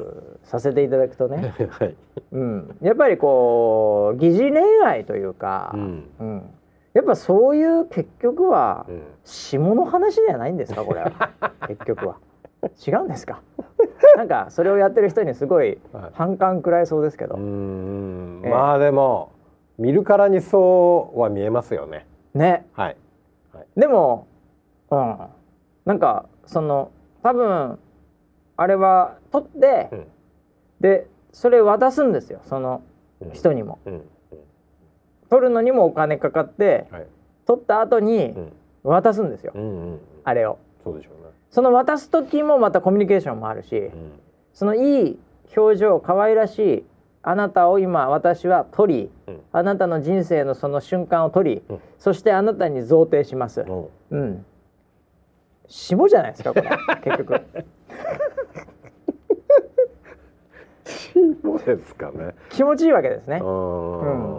させていただくとね、はい、うん、やっぱりこう疑似恋愛というか、うんうん、やっぱそういう結局は、うん、下の話じゃないんですかこれは結局は違うんですかなんかそれをやってる人にすごい反感食らいそうですけど、はい、 うーん、えー、まあでも見るからにそうは見えますよね。 ね、 はい、はい、 でも、うん、なんかその多分あれは撮って、うん、でそれ渡すんですよ、その人にも、うんうんうん、撮るのにもお金かかって、はい、撮った後に渡すんですよ、うんうんうん、あれを。 そうでしょうね。 その渡す時もまたコミュニケーションもあるし、うん、そのいい表情、可愛らしいあなたを今私は撮り、うん、あなたの人生のその瞬間を撮り、うん、そしてあなたに贈呈します、うんうん、下じゃないですかこれ結局下ですかね。 気持ちいいわけですね、うん、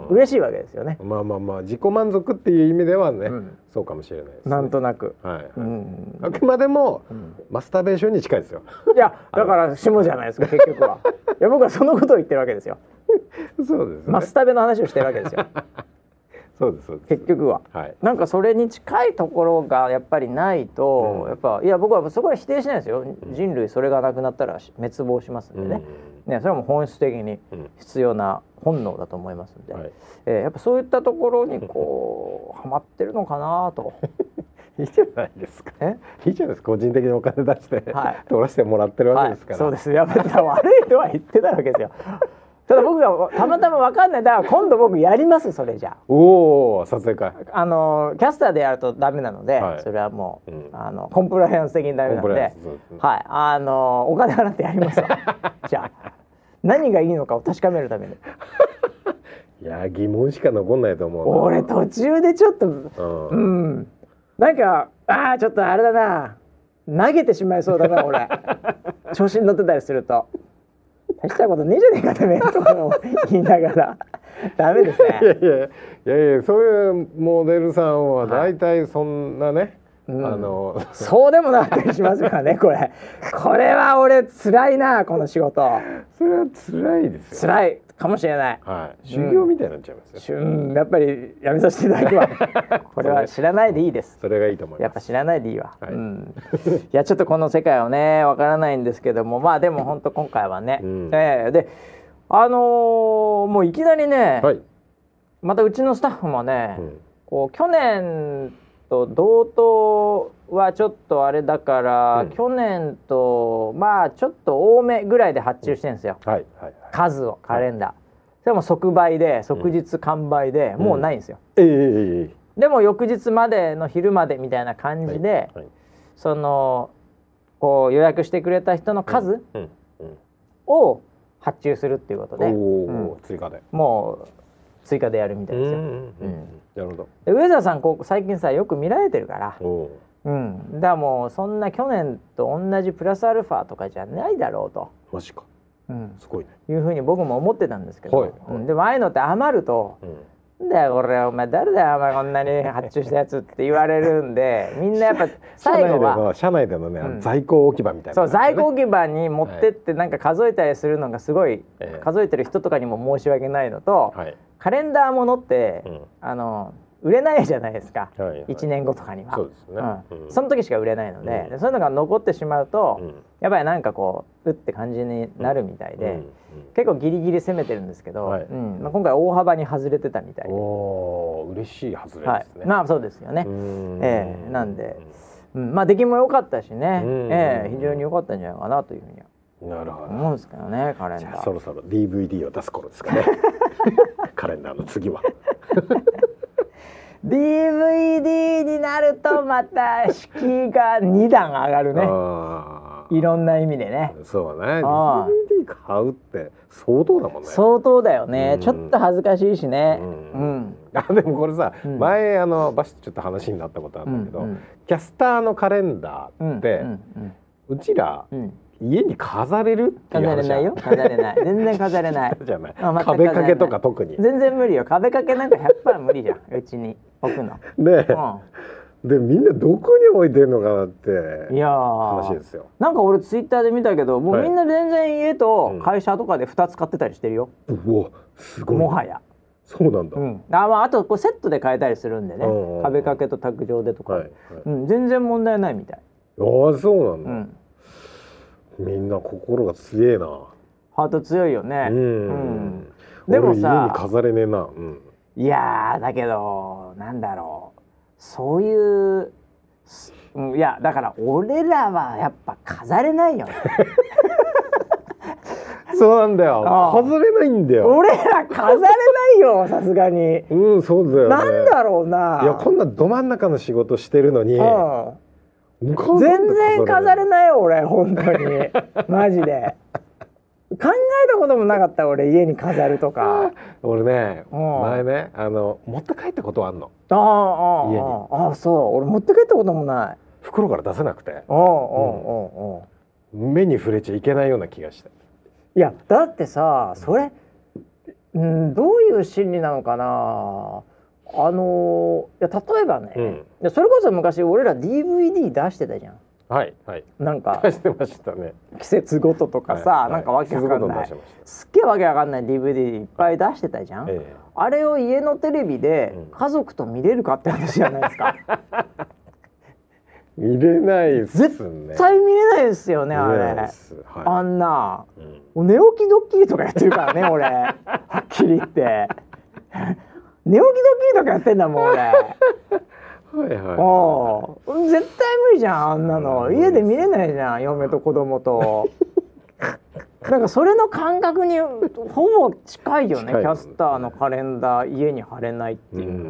嬉しいわけですよね。 まあまあまあ自己満足っていう意味ではね、うん、そうかもしれないです、ね、 なんとなく、 はいはい、うん、あくまでも、うん、マスターベーションに近いですよ。 いやだから下じゃないですか結局は。いや僕はそのことを言ってるわけですよ。 そうですね、 マスタベの話をしてるわけですよ。 そうですそうです。 結局は、はい、なんかそれに近いところがやっぱりないと、うん、やっぱいや僕はそこは否定しないですよ、うん、人類それがなくなったら滅亡しますんでね、うん、ねそれはもう本質的に必要な本能だと思いますんで、うん、えー、やっぱそういったところにこうハマってるのかなと。 いいじゃないですか。えいいじゃないですか。個人的にお金出して、はい、取らせてもらってるわけですから、 はい、そうです。やっぱり悪いとは言ってたわけですよ。ただ僕がたまたま分かんない、だから今度僕やります。それじゃおお、撮影会、 あのキャスターでやるとダメなので、はい、それはもう、うん、あのコンプライアンス的にダメなので、ね、はい、あのお金払ってやりますわ。じゃあ何がいいのかを確かめるために。 いや疑問しか残んないと思う。 俺途中でちょっと、うん、うん、なんかああちょっとあれだな、投げてしまいそうだな俺。調子に乗ってたりすると。大したことねえじゃねえかてめえとか言いながらダメですね。 いやいやいやいや、そういうモデルさんは大体そんなね、はい、あの、うん、 そうでもなかったりしますからね。これこれは俺辛いな、この仕事。 それは辛いですよ。 辛いかもしれない、 はい、修行みたいになっちゃいますよ、 うん、やっぱりやめさせていただくわ。これは知らないでいいです。 それがいいと思います。 やっぱ知らないでいいわ、はい、うん、いやちょっとこの世界はねわからないんですけども、まあでも本当今回はね、うん、えー、であのー、もういきなりね、はい、またうちのスタッフもね、うん、こう去年と同等はちょっとあれだから、うん、去年とまあちょっと多めぐらいで発注してるんですよ、うんはいはいはい、数をカレンダー、はい、でも即売で即日完売で、うん、もうないんですよ、うん、えー、でも翌日までの昼までみたいな感じで、はいはい、そのこう予約してくれた人の数を発注するっていうことで、 うん、追加でもう追加でやるみたいですよ。 なるほど。 で上澤さんこう最近さよく見られてるから、うん、だからもうそんな去年と同じプラスアルファとかじゃないだろうと。 マジか。 うん、 すごいね。 いうふうに僕も思ってたんですけど、はいはい、うん、でもああいうのって余ると、うん、なんだよこれお前誰だよお前こんなに発注したやつって言われるんで、みんなやっぱ最後は社内でのね、うん、在庫置き場みたいな、 ね、そう在庫置き場に持ってってなんか数えたりするのがすごい、はい、数えてる人とかにも申し訳ないのと、はい、カレンダーものって、うん、あの売れないじゃないですか、はいはい、いちねんごとかには。そうですね、うんうん、その時しか売れないので、うん、そういうのが残ってしまうと、うん、やっぱりなんかこううって感じになるみたいで、うんうん、結構ギリギリ攻めてるんですけど、はい、うんまあ、今回大幅に外れてたみたいで。 おー、嬉しい外れですね、 はい、まあそうですよね。えー、なんで、うん、まあ出来も良かったしね、えー、非常に良かったんじゃないかなというふうにはなるほど思うんですけどね。カレンダーじゃあそろそろ ディーブイディー を出す頃ですかね。カレンダーの次はディーブイディー になるとまた敷居がに段上がるね。いろんな意味でね。 そうね。ディーブイディー 買うって相当だもんね。 相当だよね、うん、ちょっと恥ずかしいしね、うんうん、 あでもこれさ、うん、前あのバシッとちょっと話になったことあるんだけど、うんうん、キャスターのカレンダーって、うんうんうん、うちら、うん、家に飾れるっていう話。 飾れないよ。飾れない。全然飾れない。 じゃない。壁掛けとか特に。 全然無理よ。壁掛けなんか ひゃくパーセント 無理じゃん。うちに置くの。 ねえ。うん、でみんなどこに置いてるのかなっていや話ですよ。 なんか俺ツイッターで見たけど、もうみんな全然家と会社とかでふたつ買ってたりしてるよ。 うん、うわすごい。 もはや。 そうなんだ。うん、 あ, まああとこうセットで買えたりするんでね。壁掛けと卓上でとか、はいはい、うん、全然問題ないみたい。 ああそうなんだ。うんみんな心が強えな。 ハート強いよね。うん、うん、でもさ家に飾れねえな、うん、 いやだけどなんだろうそういういやだから俺らはやっぱ飾れないよねそうなんだよ。飾れないんだよ。 俺ら飾れないよさすがに。 うんそうだよね。 なんだろうな。 いやこんなど真ん中の仕事してるのに、 全然飾れないよ俺本当にマジで。考えたこともなかった俺家に飾るとか。 俺ね前ねあの持って帰ったことあんの。 ああ家に。ああそう俺持って帰ったこともない。 袋から出せなくて。 おうおうおうおう目に触れちゃいけないような気がして。 いやだってさそれ、うん、どういう心理なのかなあのいや例えばね、うん、いやそれこそ昔俺ら ディーブイディー 出してたじゃん。 はいはいなんか出してましたね。 季節ごととかさ、はい、なんかわけわかんない、すっげえわけわかんない ディーブイディー いっぱい出してたじゃん、ええ、あれを家のテレビで家族と見れるかって話じゃないですか、 うん、見れないっすね。 絶対見れないですよねあれ、はい、あんな、うん、寝起きドッキリとかやってるからね俺はっきり言って寝起きドッキリとかやってんだもん俺はいはいはい、絶対無理じゃんあんなの、うん、家で見れないじゃん嫁と子供となんかそれの感覚にほぼ近いよね。キャスターのカレンダー家に貼れないっていうの、うん、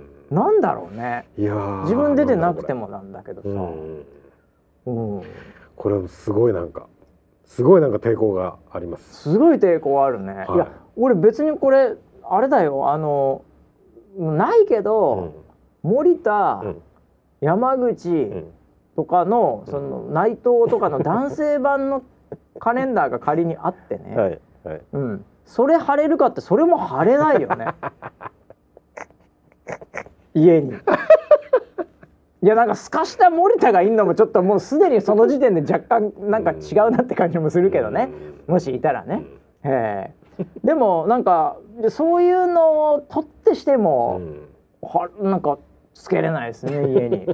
なんだろうね。いや自分出てなくてもなんだけどさ、 うんうん、これすごいなんかすごいなんか抵抗があります。 すごい抵抗あるね、はい、いや俺別にこれあれだよあのないけど、うん、森田、うん、山口、うん、とかのその内藤とかの男性版のカレンダーが仮にあってね、はいはいうん、それ貼れるかってそれも貼れないよね家にいやなんかすかした森田がいんのもちょっともうすでにその時点で若干なんか違うなって感じもするけどね、もしいたらね、へでもなんかそういうのを取ってしても、うん、はなんかつけれないですね家に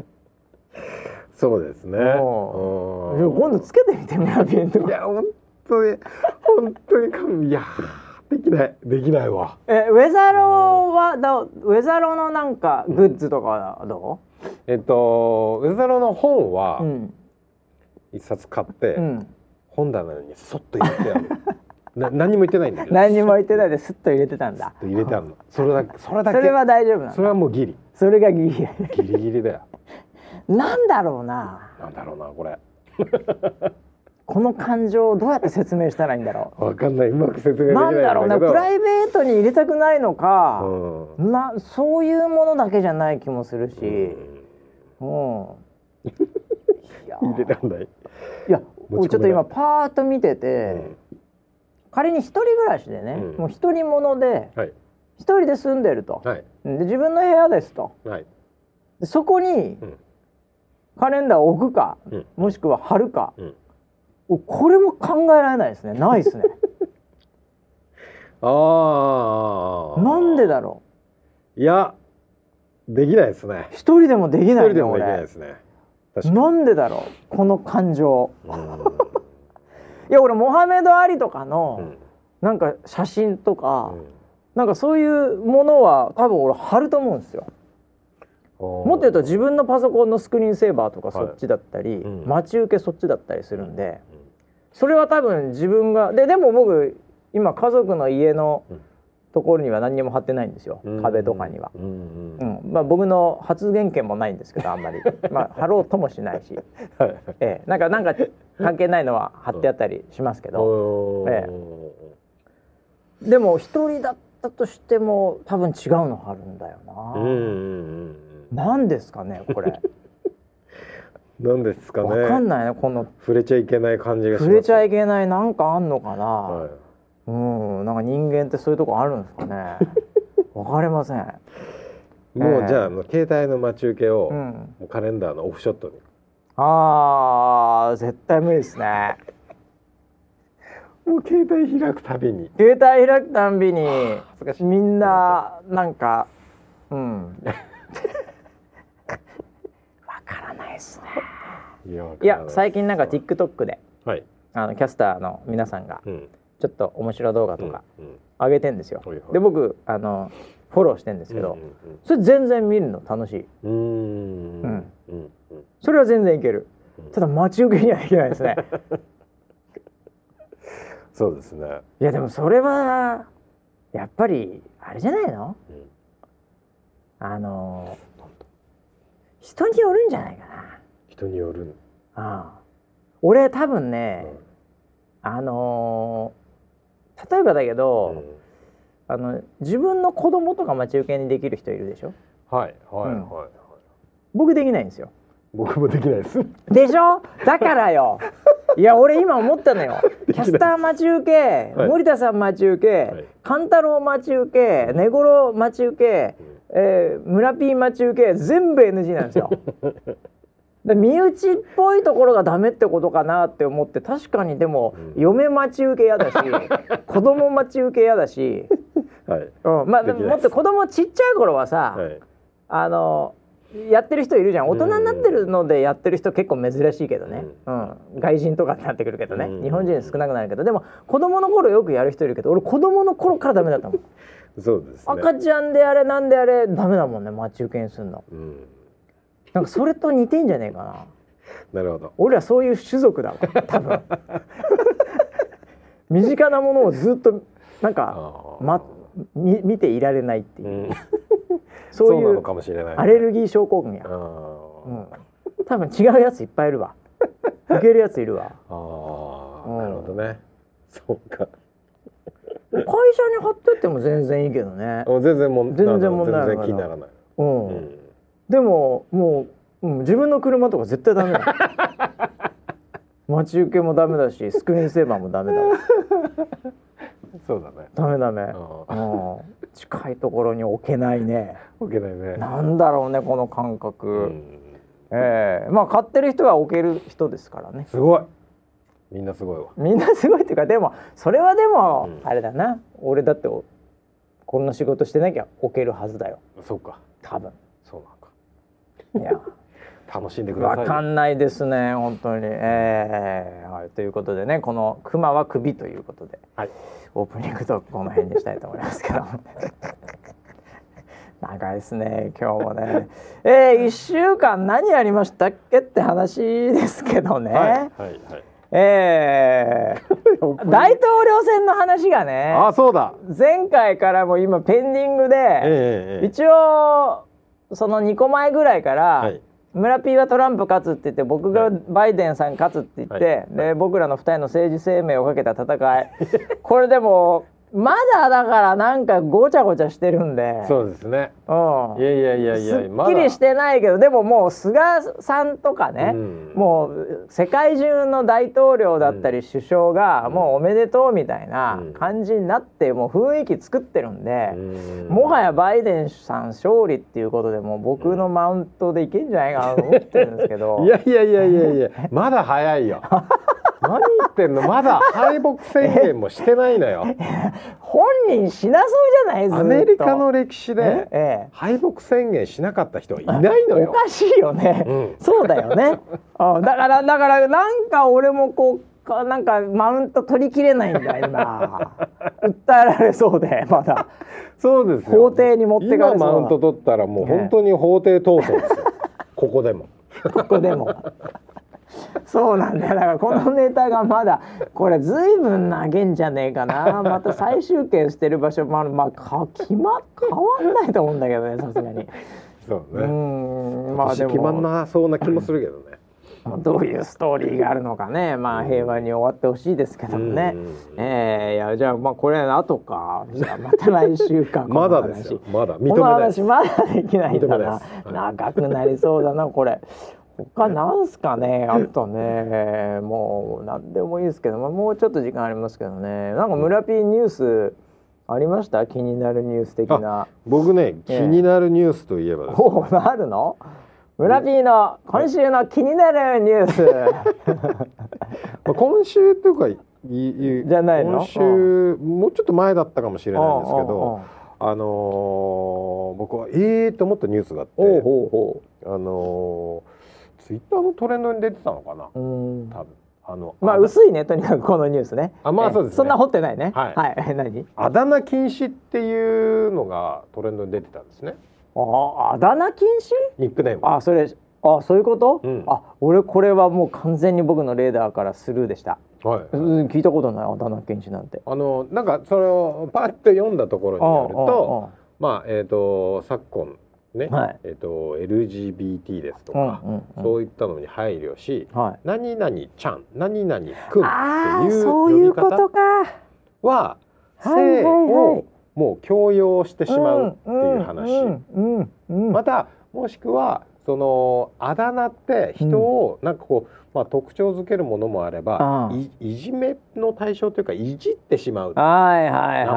そうですね。 今度つけてみてみやびんとか。 いや本当に本当にかいやできないできないわ。 えウェザローはだウェザローのなんかグッズとかはどう？ うん、えっとウェザローの本は一冊買って、うん、本棚にそっと入れてある。な何にも言ってないんだけど。 何にも言ってないですっと入れてたんだ。 入れてあるの。それだけそれだけ。 それは大丈夫なんだ。 それはもうギリ。 それがギリ。 ギリギリだよ。 なんだろうな。 なんだろうなこれ。 この感情をどうやって説明したらいいんだろう。 わかんない。うまく説明できないんだけど。 なんだろうな。プライベートに入れたくないのか、うん、なそういうものだけじゃない気もするし。うん。うん、 いや入れたんない。 いや、ちょっと今パーッと見てて、うん、仮に一人暮らしでね、うん、もう一人者で、はい、一人で住んでると、はい、で自分の部屋ですと、はい、でそこに、うん、カレンダーを置くか、うん、もしくは貼るか、うん、これも考えられないですね。ないですね。 ああなんでだろう。いやできないですね。 一人でもできないね。一人でもできないですね。 なんでだろうこの感情。いや俺モハメド・アリとかの、うん、なんか写真とか、うん、なんかそういうものは多分俺貼ると思うんですよ。もっと言うと自分のパソコンのスクリーンセーバーとかそっちだったり、はいうん、待ち受けそっちだったりするんで、うん、それは多分自分がででも僕今家族の家のところには何にも貼ってないんですよ、うん、壁とかには、うんうんうんまあ、僕の発言権もないんですけどあんまりまあ貼ろうともしないし、ええ、なんかなんか関係ないのは貼ってあったりしますけど、ええ、でも一人だったとしても多分違うの貼るんだよな。うんうんうんなんですかねこれ。 なんですかね。 わかんないねこの触れちゃいけない感じがします。 触れちゃいけないなんかあんのかな。はい、うんなんか人間ってそういうとこあるんですかね。わかりません。 もう、えー、じゃあ携帯の待ち受けを、うん、カレンダーのオフショットに。 あー絶対無理ですね。 もう携帯開くたびに携帯開くたんびにみんななんかうんわからないですね。いや、いや最近なんか TikTok で、はい、あのキャスターの皆さんがちょっと面白動画とか上げてんですよ、うんうん、で僕あのフォローしてるんですけど、うんうんうん、それ全然見るの楽しい。 うーん、うんうん、それは全然いける。ただ待ち受けにはできないですね。 そうですね。 いやでもそれはやっぱりあれじゃないの、うん、あの人によるんじゃないかな。 人による。 ああ、俺多分ね、うん、あのー、例えばだけど、うん、あの自分の子供とか待ち受けにできる人いるでしょ。 はいはいはい、はい、うん、 僕できないんですよ。 僕もできないです。 でしょ。だからよ。いや俺今思ったのよ。キャスター待ち受け、はい、森田さん待ち受け、はい、勘太郎待ち受け、根頃待ち受け、えー、村 P 待ち受け全部 エヌジー なんですよ。で身内っぽいところがダメってことかなって思って、確かにでも、うん、嫁待ち受けやだし子供待ち受けやだし、はい、うん、まあもっと子供ちっちゃい頃はさ、はい、あのやってる人いるじゃん。大人になってるのでやってる人結構珍しいけどね、うんうん、外人とかになってくるけどね、うん、日本人少なくなるけど、でも子供の頃よくやる人いるけど、俺子供の頃からダメだったもん。 そうですね、 赤ちゃんであれなんであれダメだもんね、待ち受けにすんの、うん、なんかそれと似てんじゃねえかな。なるほど。 俺はそういう種族だわ多分。身近なものをずっとなんか、ま、み見ていられないっていう、うんそういうアレルギー症候群や、うん、多分違うやついっぱいいるわ。受けるやついるわ。 ああ、うん、なるほどね。そうか。 会社に貼ってっても全然いいけどね。 全然も全然問題ない。 全然気にならない。 うん。うん、でももう、うん、自分の車とか絶対ダメだ。待ち受けもダメだし、スクリーンセーバーもダメだわ。 そうだね。 ダメダメ。うん。近いところに置けないね。 置けないね。 なんだろうねこの感覚。うん、ええー、まあ買ってる人は置ける人ですからね。 すごい。みんなすごいわ。 みんなすごいっていうか、でもそれはでも、うん、あれだな。俺だってこんな仕事してなきゃ置けるはずだよ。 そうか。 多分。 そうなんか。いや。楽しんでください。 わかんないですね本当に。えーはい、ということでね、このクマは首ということで。はい。オープニングトークこの辺にしたいと思いますけど長いですね今日もね。えー、いっしゅうかん何やりましたっけって話ですけどね、はいはいはい、えー、大統領選の話がね、 あ、そうだ、 前回からも今ペンディングで、えー、一応そのにこまえぐらいから、はい、村 P はトランプ勝つって言って、僕がバイデンさん勝つって言って、はい、で僕らのふたりの政治生命をかけた戦いこれでもまだだからなんかごちゃごちゃしてるんで。 そうですね、 うん、 いやいやいやいや、 すっきりしてないけど、でももう菅さんとかね、うん、もう世界中の大統領だったり首相がもうおめでとうみたいな感じになって、もう雰囲気作ってるんで、うん、もはやバイデンさん勝利っていうことでもう僕のマウントでいけんじゃないかなと思ってるんですけどいやいやいやいやいやまだ早いよ何言ってんの、まだ敗北宣言もしてないのよ本人しなそうじゃないですか。 アメリカの歴史で敗北宣言しなかった人はいないのよ。 おかしいよね、うん、そうだよねあ、だからだからなんか俺もこうなんかマウント取りきれないんだ今訴えられそうで、まだそうですよ、法廷に持ってかれそうな。 今マウント取ったらもう本当に法廷闘争ですよ、ね、ここでもここでもそうなんだよ。だからこのネタがまだこれずいぶん投げんじゃねえかな。また再集計してる場所もある。まあか決ま変わんないと思うんだけどね、さすがに。 そうね。うん、まあでも決まんなそうな気もするけどね。 どういうストーリーがあるのかね、まあ平和に終わってほしいですけどもね。えー、いやじゃあまあこれ後か。じゃあまた来週か。 まだですよ。まだ認めない。 この話まだできないんだな。はい、長くなりそうだなこれ。他なんすかね、あとね、もう何でもいいですけど、まあ、もうちょっと時間ありますけどね。なんか村 P ニュースありました？気になるニュース的な。 僕ね、気になるニュースといえばですね、 おお、なるの？村 P の今週の気になるニュース、 はい、今週というかいいじゃないの？ 今週もうちょっと前だったかもしれないんですけど、あのー、僕はえーと思ったニュースがあって、おうほうほう、あのーツイッターのトレンドに出てたのかな、うん、多分あのまあ薄いねとにかくこのニュースね。 あまあそうですね。 そんな掘ってないね。 はい。 はい、何？ あだ名禁止っていうのがトレンドに出てたんですね。 ああだ名禁止？ ニックネーム。 あそれあそういうこと？うん、あ俺これはもう完全に僕のレーダーからスルーでした。はい。聞いたことないあだ名禁止なんて。 あのなんかそれをパッと読んだところによると、まあえっ、ー、と昨今ね、はい、えっ、ー、と エルジービーティー ですとか、うんうんうん、そういったのに配慮し、はい、何々ちゃん、何々くんっていう呼び方は性をもう強要してしまうっていう話。またもしくはそのあだ名って人をなんかこう、まあ、特徴づけるものもあれば、い, いじめの対象というかいじってしまう名前の付け方み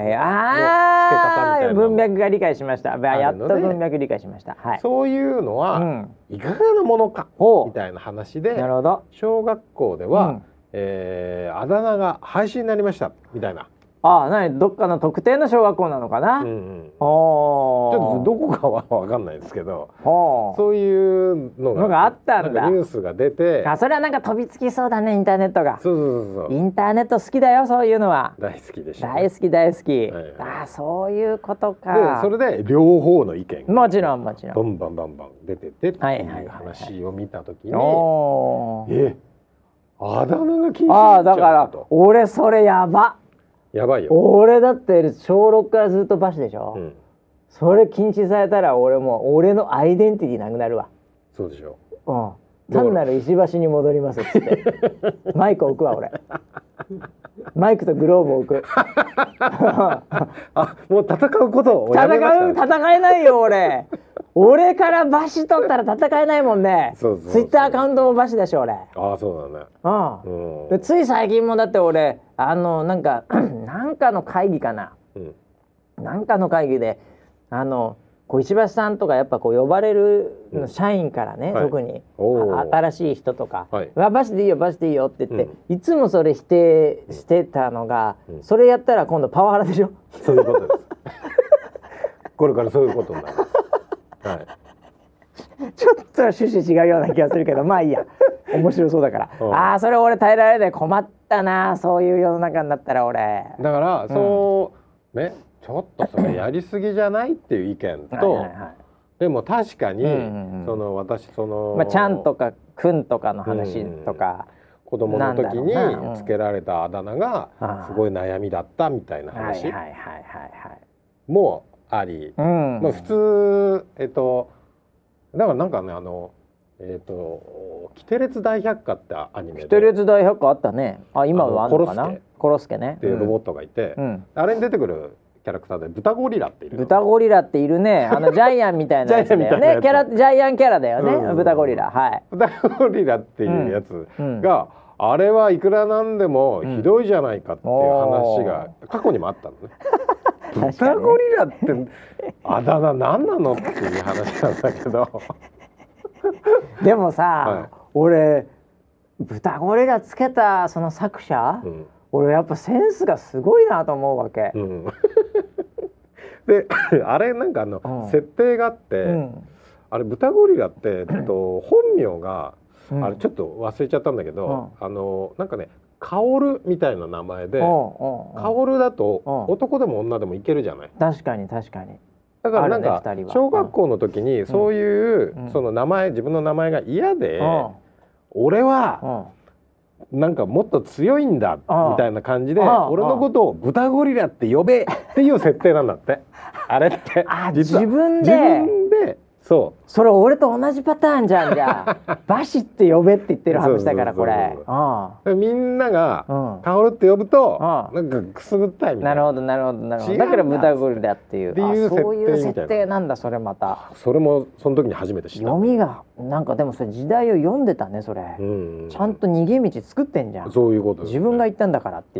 たいな文脈が理解しました。やっと文脈理解しました、はい、 そういうのは、うん、いかがなものかみたいな話で、なるほど小学校では、うんえー、あだ名が廃止になりましたみたいな。 ああ、何どっかの特定の小学校なのかな、うんうん、 ちょっとどこかは分かんないですけどそういうの が, があったんだ。 ニュースが出てあそれはなんか飛びつきそうだねインターネットが。 そうそうそうインターネット好きだよそういうのは。 大好きでした、 ね、大好き大好き、はいはい、あそういうことか。 でそれで両方の意見がもちろんもちろんバンバンバンバン出ててっていう話を見たときに、 はいはいはいはい、 えあだ名が禁止になっちゃうと。 あだから俺それやばやばいよ。 俺だって小ろくからずっとバシでしょ、うん、それ禁止されたら俺もう俺のアイデンティティなくなるわ。 そうでしょ、 うん、単なる石橋に戻りますっつってマイク置くわ俺マイクとグローブ置くあもう戦うことをやめました、 戦う戦えないよ俺俺からバシ取ったら戦えないもんね。そうそうそうツイッターアカウントもバシだし俺。 ああそうだね。 うん、でつい最近もだって俺あのなんかなんかの会議かな、うん、なんかの会議であのこう石橋さんとかやっぱこう呼ばれるの社員からね、うん、特に、はい、新しい人とか、はい、バシでいいよバシでいいよって言って、うん、いつもそれ否定してたのが、うん、それやったら今度パワハラでしょ。 そういうことですこれからそういうことになりますはい、 ちょっと趣旨違うような気がするけどまあいいや面白そうだから、うん、ああそれ俺耐えられない困ったなそういう世の中になったら俺だからそう、うん、ねちょっとそれやりすぎじゃないっていう意見とはいはい、はい、でも確かに、うんうんうん、その私その、 まあ、ちゃんとかくんとかの話とか、 うん、子供の時につけられたあだ名がすごい悩みだったみたいな話もあり、うんまあ、普通えっとだからなんかねあのえっとキテレツ大百科ってアニメでキテレツ大百科あったね。あ今はあんのかな。コロスケねっていうロボットがいて、うん、あれに出てくるキャラクターで豚ゴリラっている。 豚ゴリラっているね。あのジャイアンみたいなやつだよね。キャラジャイアンキャラだよね。うん、豚ゴリラはい。 豚ゴリラっていうやつが、うんうん、あれはいくらなんでもひどいじゃないかっていう話が過去にもあったのね。豚ゴリラってあだ名何なのっていう話なんだけどでもさ、はい、俺豚ゴリラつけたその作者、うん、俺やっぱセンスがすごいなと思うわけ、うん、 であれなんかあの、うん、設定があって、うん、あれ豚ゴリラって、えっと、本名が、うん、あれちょっと忘れちゃったんだけど、うん、あのなんかねカオルみたいな名前で、カオルだと男でも女でもいけるじゃない。 確かに確かに。 だからなんか小学校の時にそういうその名前自分の名前が嫌で、俺はなんかもっと強いんだみたいな感じで俺のことを豚ゴリラって呼べっていう設定なんだって。あれって実は自分で。自分でそうそれ俺と同じパターンじゃんじゃあバシって呼べって言ってる話だからこれみんながカオルって呼ぶとなんかくすぐったいみたいな。 なるほどなるほどなるほど。だから豚ゴリラっていうそういう設定なんだそれまた。 それもその時に初めて知った。 読みがなんかでもそれ時代を読んでたねそれ。ちゃんと逃げ道作ってんじゃん。 そういうこと自分が言ったんだからっていう。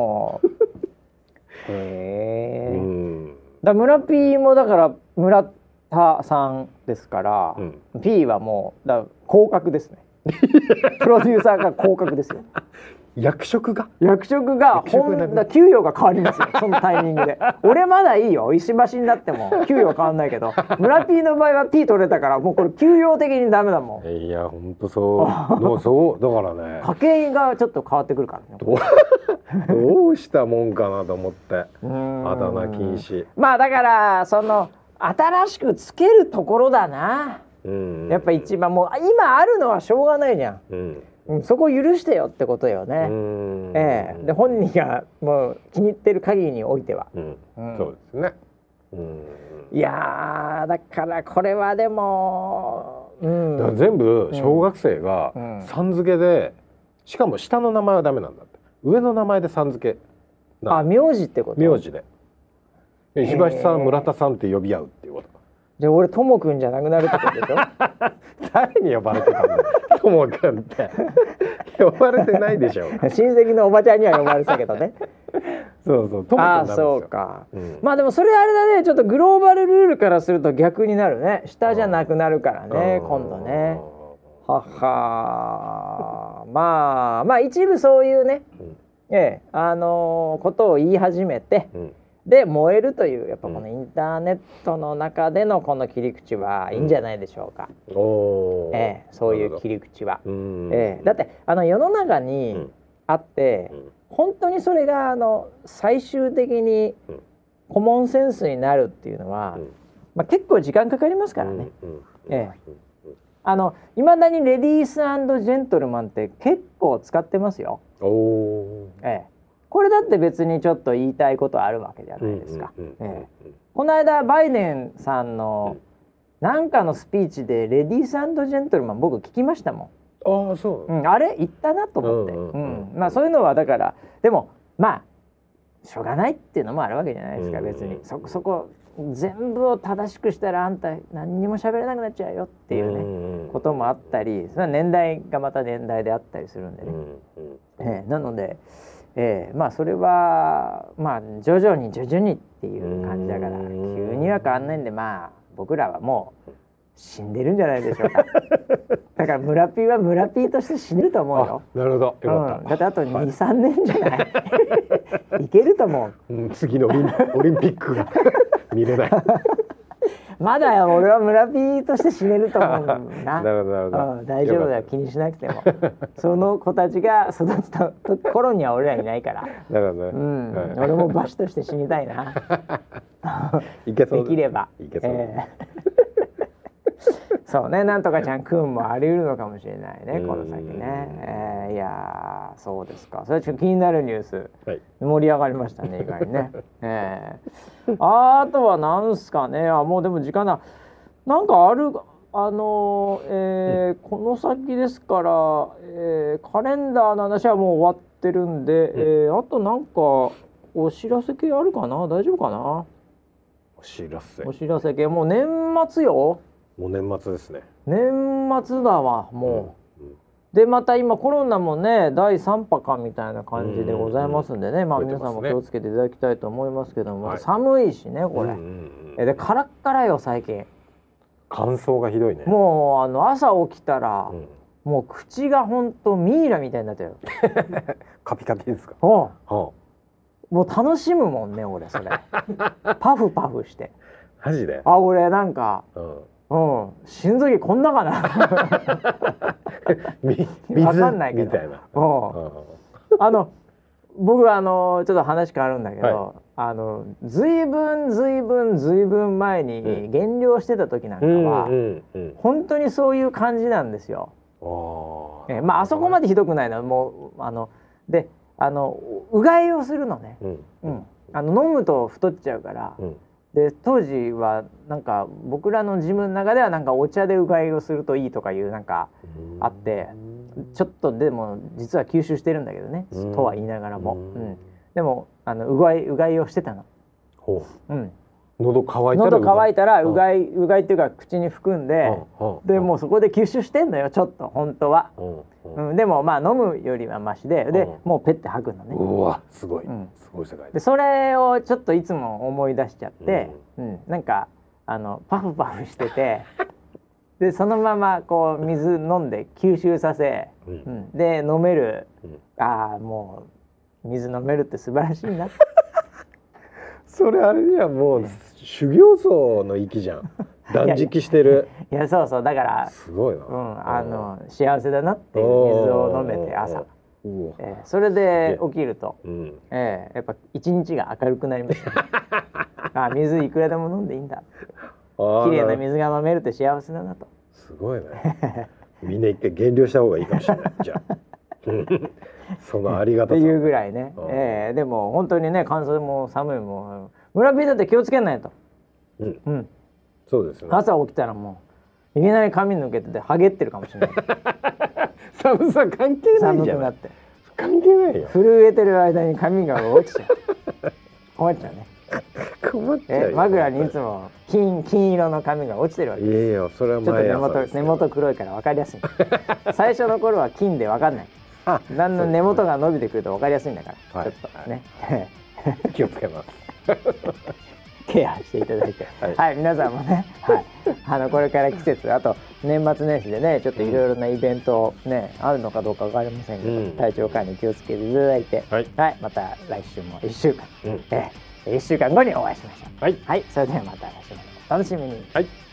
へえ。だ村 P もだから村田さんですから、うん、P はもうだ降格ですねプロデューサーが降格ですよ役職が役職が本だ給与が変わりますよそのタイミングで俺まだいいよ石橋になっても給与変わんないけど村 P の場合は P 取れたからもうこれ給与的にダメだもん。 いやほんとそうそうだからね家計がちょっと変わってくるからねどうしたもんかなと思ってあだ名禁止。 まあだからその新しくつけるところだな、うん、やっぱ一番もう今あるのはしょうがないじゃん、うんうん、そこを許してよってことよね。ええ、で本人がもう気に入ってる限りにおいては、 うんうん、そうですね。うん、 いやだからこれはでも、うん、 だから全部小学生がさん付けで、うん、しかも下の名前はダメなんだって。上の名前でさん付け。 あ、名字ってこと？ 名字で。石橋さん、村田さんって呼び合うっていうこと。 じゃあ俺ともくんじゃなくなるってことでしょ誰に呼ばれてたんだよともくんって呼ばれてないでしょ親戚のおばちゃんには呼ばれてたけどねそうそうともくんなんですよ。 あ、そうか、うん、まあでもそれあれだね、ちょっとグローバルルールからすると逆になるね。下じゃなくなるからね、今度ね。ははまあまあ一部そういうね、うん、ええあのー、ことを言い始めて、うん、で燃えるというやっぱこのインターネットの中でのこの切り口はいいんじゃないでしょうか、うん、ええ、そういう切り口は、ええ、だってあの世の中にあって、うん、本当にそれがあの最終的にコモンセンスになるっていうのは、うん、まあ、結構時間かかりますからね、うんうん、ええ、あの未だにレディース&ジェントルマンって結構使ってますよ。お、ええ、これだって別にちょっと言いたいことあるわけじゃないですか。この間バイデンさんのなんかのスピーチでレディース&ジェントルマン僕聞きましたもん。ああ、そう、 うん、あれ言ったなと思って、うん、まあそういうのはだからでもまあしょうがないっていうのもあるわけじゃないですか、別にそそこ全部を正しくしたらあんた何にも喋れなくなっちゃうよっていうねこともあったり、それは年代がまた年代であったりするんでね、えー、なので、えー、まあそれはまあ徐々に徐々にっていう感じだから急には変わんないんで、まあ僕らはもう死んでるんじゃないでしょうかだから村 P は村 P として死ねると思うよ。 なるほど、よかった、 うん、だってあと に,さん 年じゃないいけると思う、 うん、次のオリン、オリンピックが見れないまだ俺は村 P として死ねると思うななるほどなるほど、 うん、大丈夫だよ、気にしなくてもその子たちが育つと頃には俺らいないからなるほどね、 うん、はい、俺も馬主として死にたいないけそうできればいけそう、えーそうね、なんとかちゃんくんもあり得るのかもしれないね、この先ね、えー、いやそうですか。それちょっと気になるニュース、はい、盛り上がりましたね意外にね、えー、あとはなんすかね、あもうでも時間だ、なんかあるあのーえー、この先ですから、えー、カレンダーの話はもう終わってるんで、うん、えー、あとなんかお知らせ系あるかな、大丈夫かな。 お知らせお知らせ系もう年末よ。 もう年末ですね。 年末だわもう、うんうん、でまた今コロナもねだいさん波かみたいな感じでございますんでね、うんうん、まあ皆さんも気をつけていただきたいと思いますけども、はい、寒いしねこれ、うんうんうん、でカラッカラよ最近。 乾燥がひどいね。 もうあの朝起きたら、うん、もう口がほんとミイラみたいになってるカピカピですか。 おう、はあ、もう楽しむもんね俺それパフパフして。 マジで。 あ俺なんか、うんうん、心臓こんなかな水わかんないけどみたいな、うん、 あの僕はあのちょっと話変わるんだけど、はい、あのずいぶんずいぶんずいぶん前に減量してた時なんかは、うんうんうん、本当にそういう感じなんですよ。あ、えまああそこまでひどくないのもうあのであのうがいをするのね、うんうん、あの飲むと太っちゃうから、うん、で当時はなんか僕らのジムの中ではなんかお茶でうがいをするといいとかいうなんかあってちょっとでも実は吸収してるんだけどねとは言いながらも、うん、でもあのうがいうがいをしてたの。ほう、うん、 喉乾いたら喉乾いたらうがいうがいっていうか口に含んで、でもうそこで吸収してんのよちょっと本当は、うん、でもまあ飲むよりはマシででもうペッて吐くのね。 うわすごい、うん、すごい世界でそれをちょっといつも思い出しちゃって、うんうん、なんかあのパフパフしててでそのままこう水飲んで吸収させ、うん、うん、で飲める、うん、ああもう水飲めるって素晴らしいなそれあれじゃもう、ね、修行僧の域じゃん断食してるいやそうそうだからすごいな、 うん、あの幸せだなっていう水を飲めて朝、えー、それで起きると、うん、えー、やっぱ一日が明るくなりました、ね、あ水いくらでも飲んでいいんだって綺麗な水が飲めるって幸せだなと。 すごいねみんな一回減量した方がいいかもしれないじゃあそのありがたさっていうぐらいね、えー、でも本当にね乾燥も寒いも村人だって気をつけないと、 うん、うん、そうですね。 朝起きたらもういきなり髪抜けててハゲってるかもしれない寒さ関係ないじゃん。寒くなって関係ないよ。 震えてる間に髪が落ちちゃう困っちゃうね困っちゃうよ。 枕にいつも 金, 金色の髪が落ちてるわけです。 いやいやそれは毎朝ちょっと根元、根元黒いから分かりやすい最初の頃は金で分かんないだんだん根元が伸びてくると分かりやすいんだから、はい、ちょっとね、 はい、気をつけますケアしていただいて、はい、はい、皆さんもね、はい、あのこれから季節あと年末年始でねちょっといろいろなイベントね、うん、あるのかどうか分かりませんけど、うん、体調管理気をつけていただいて、はい、はい、また来週もいっしゅうかん、うん、えいっしゅうかんごにお会いしましょう。はい、はい、それではまた来週もお楽しみに。はい。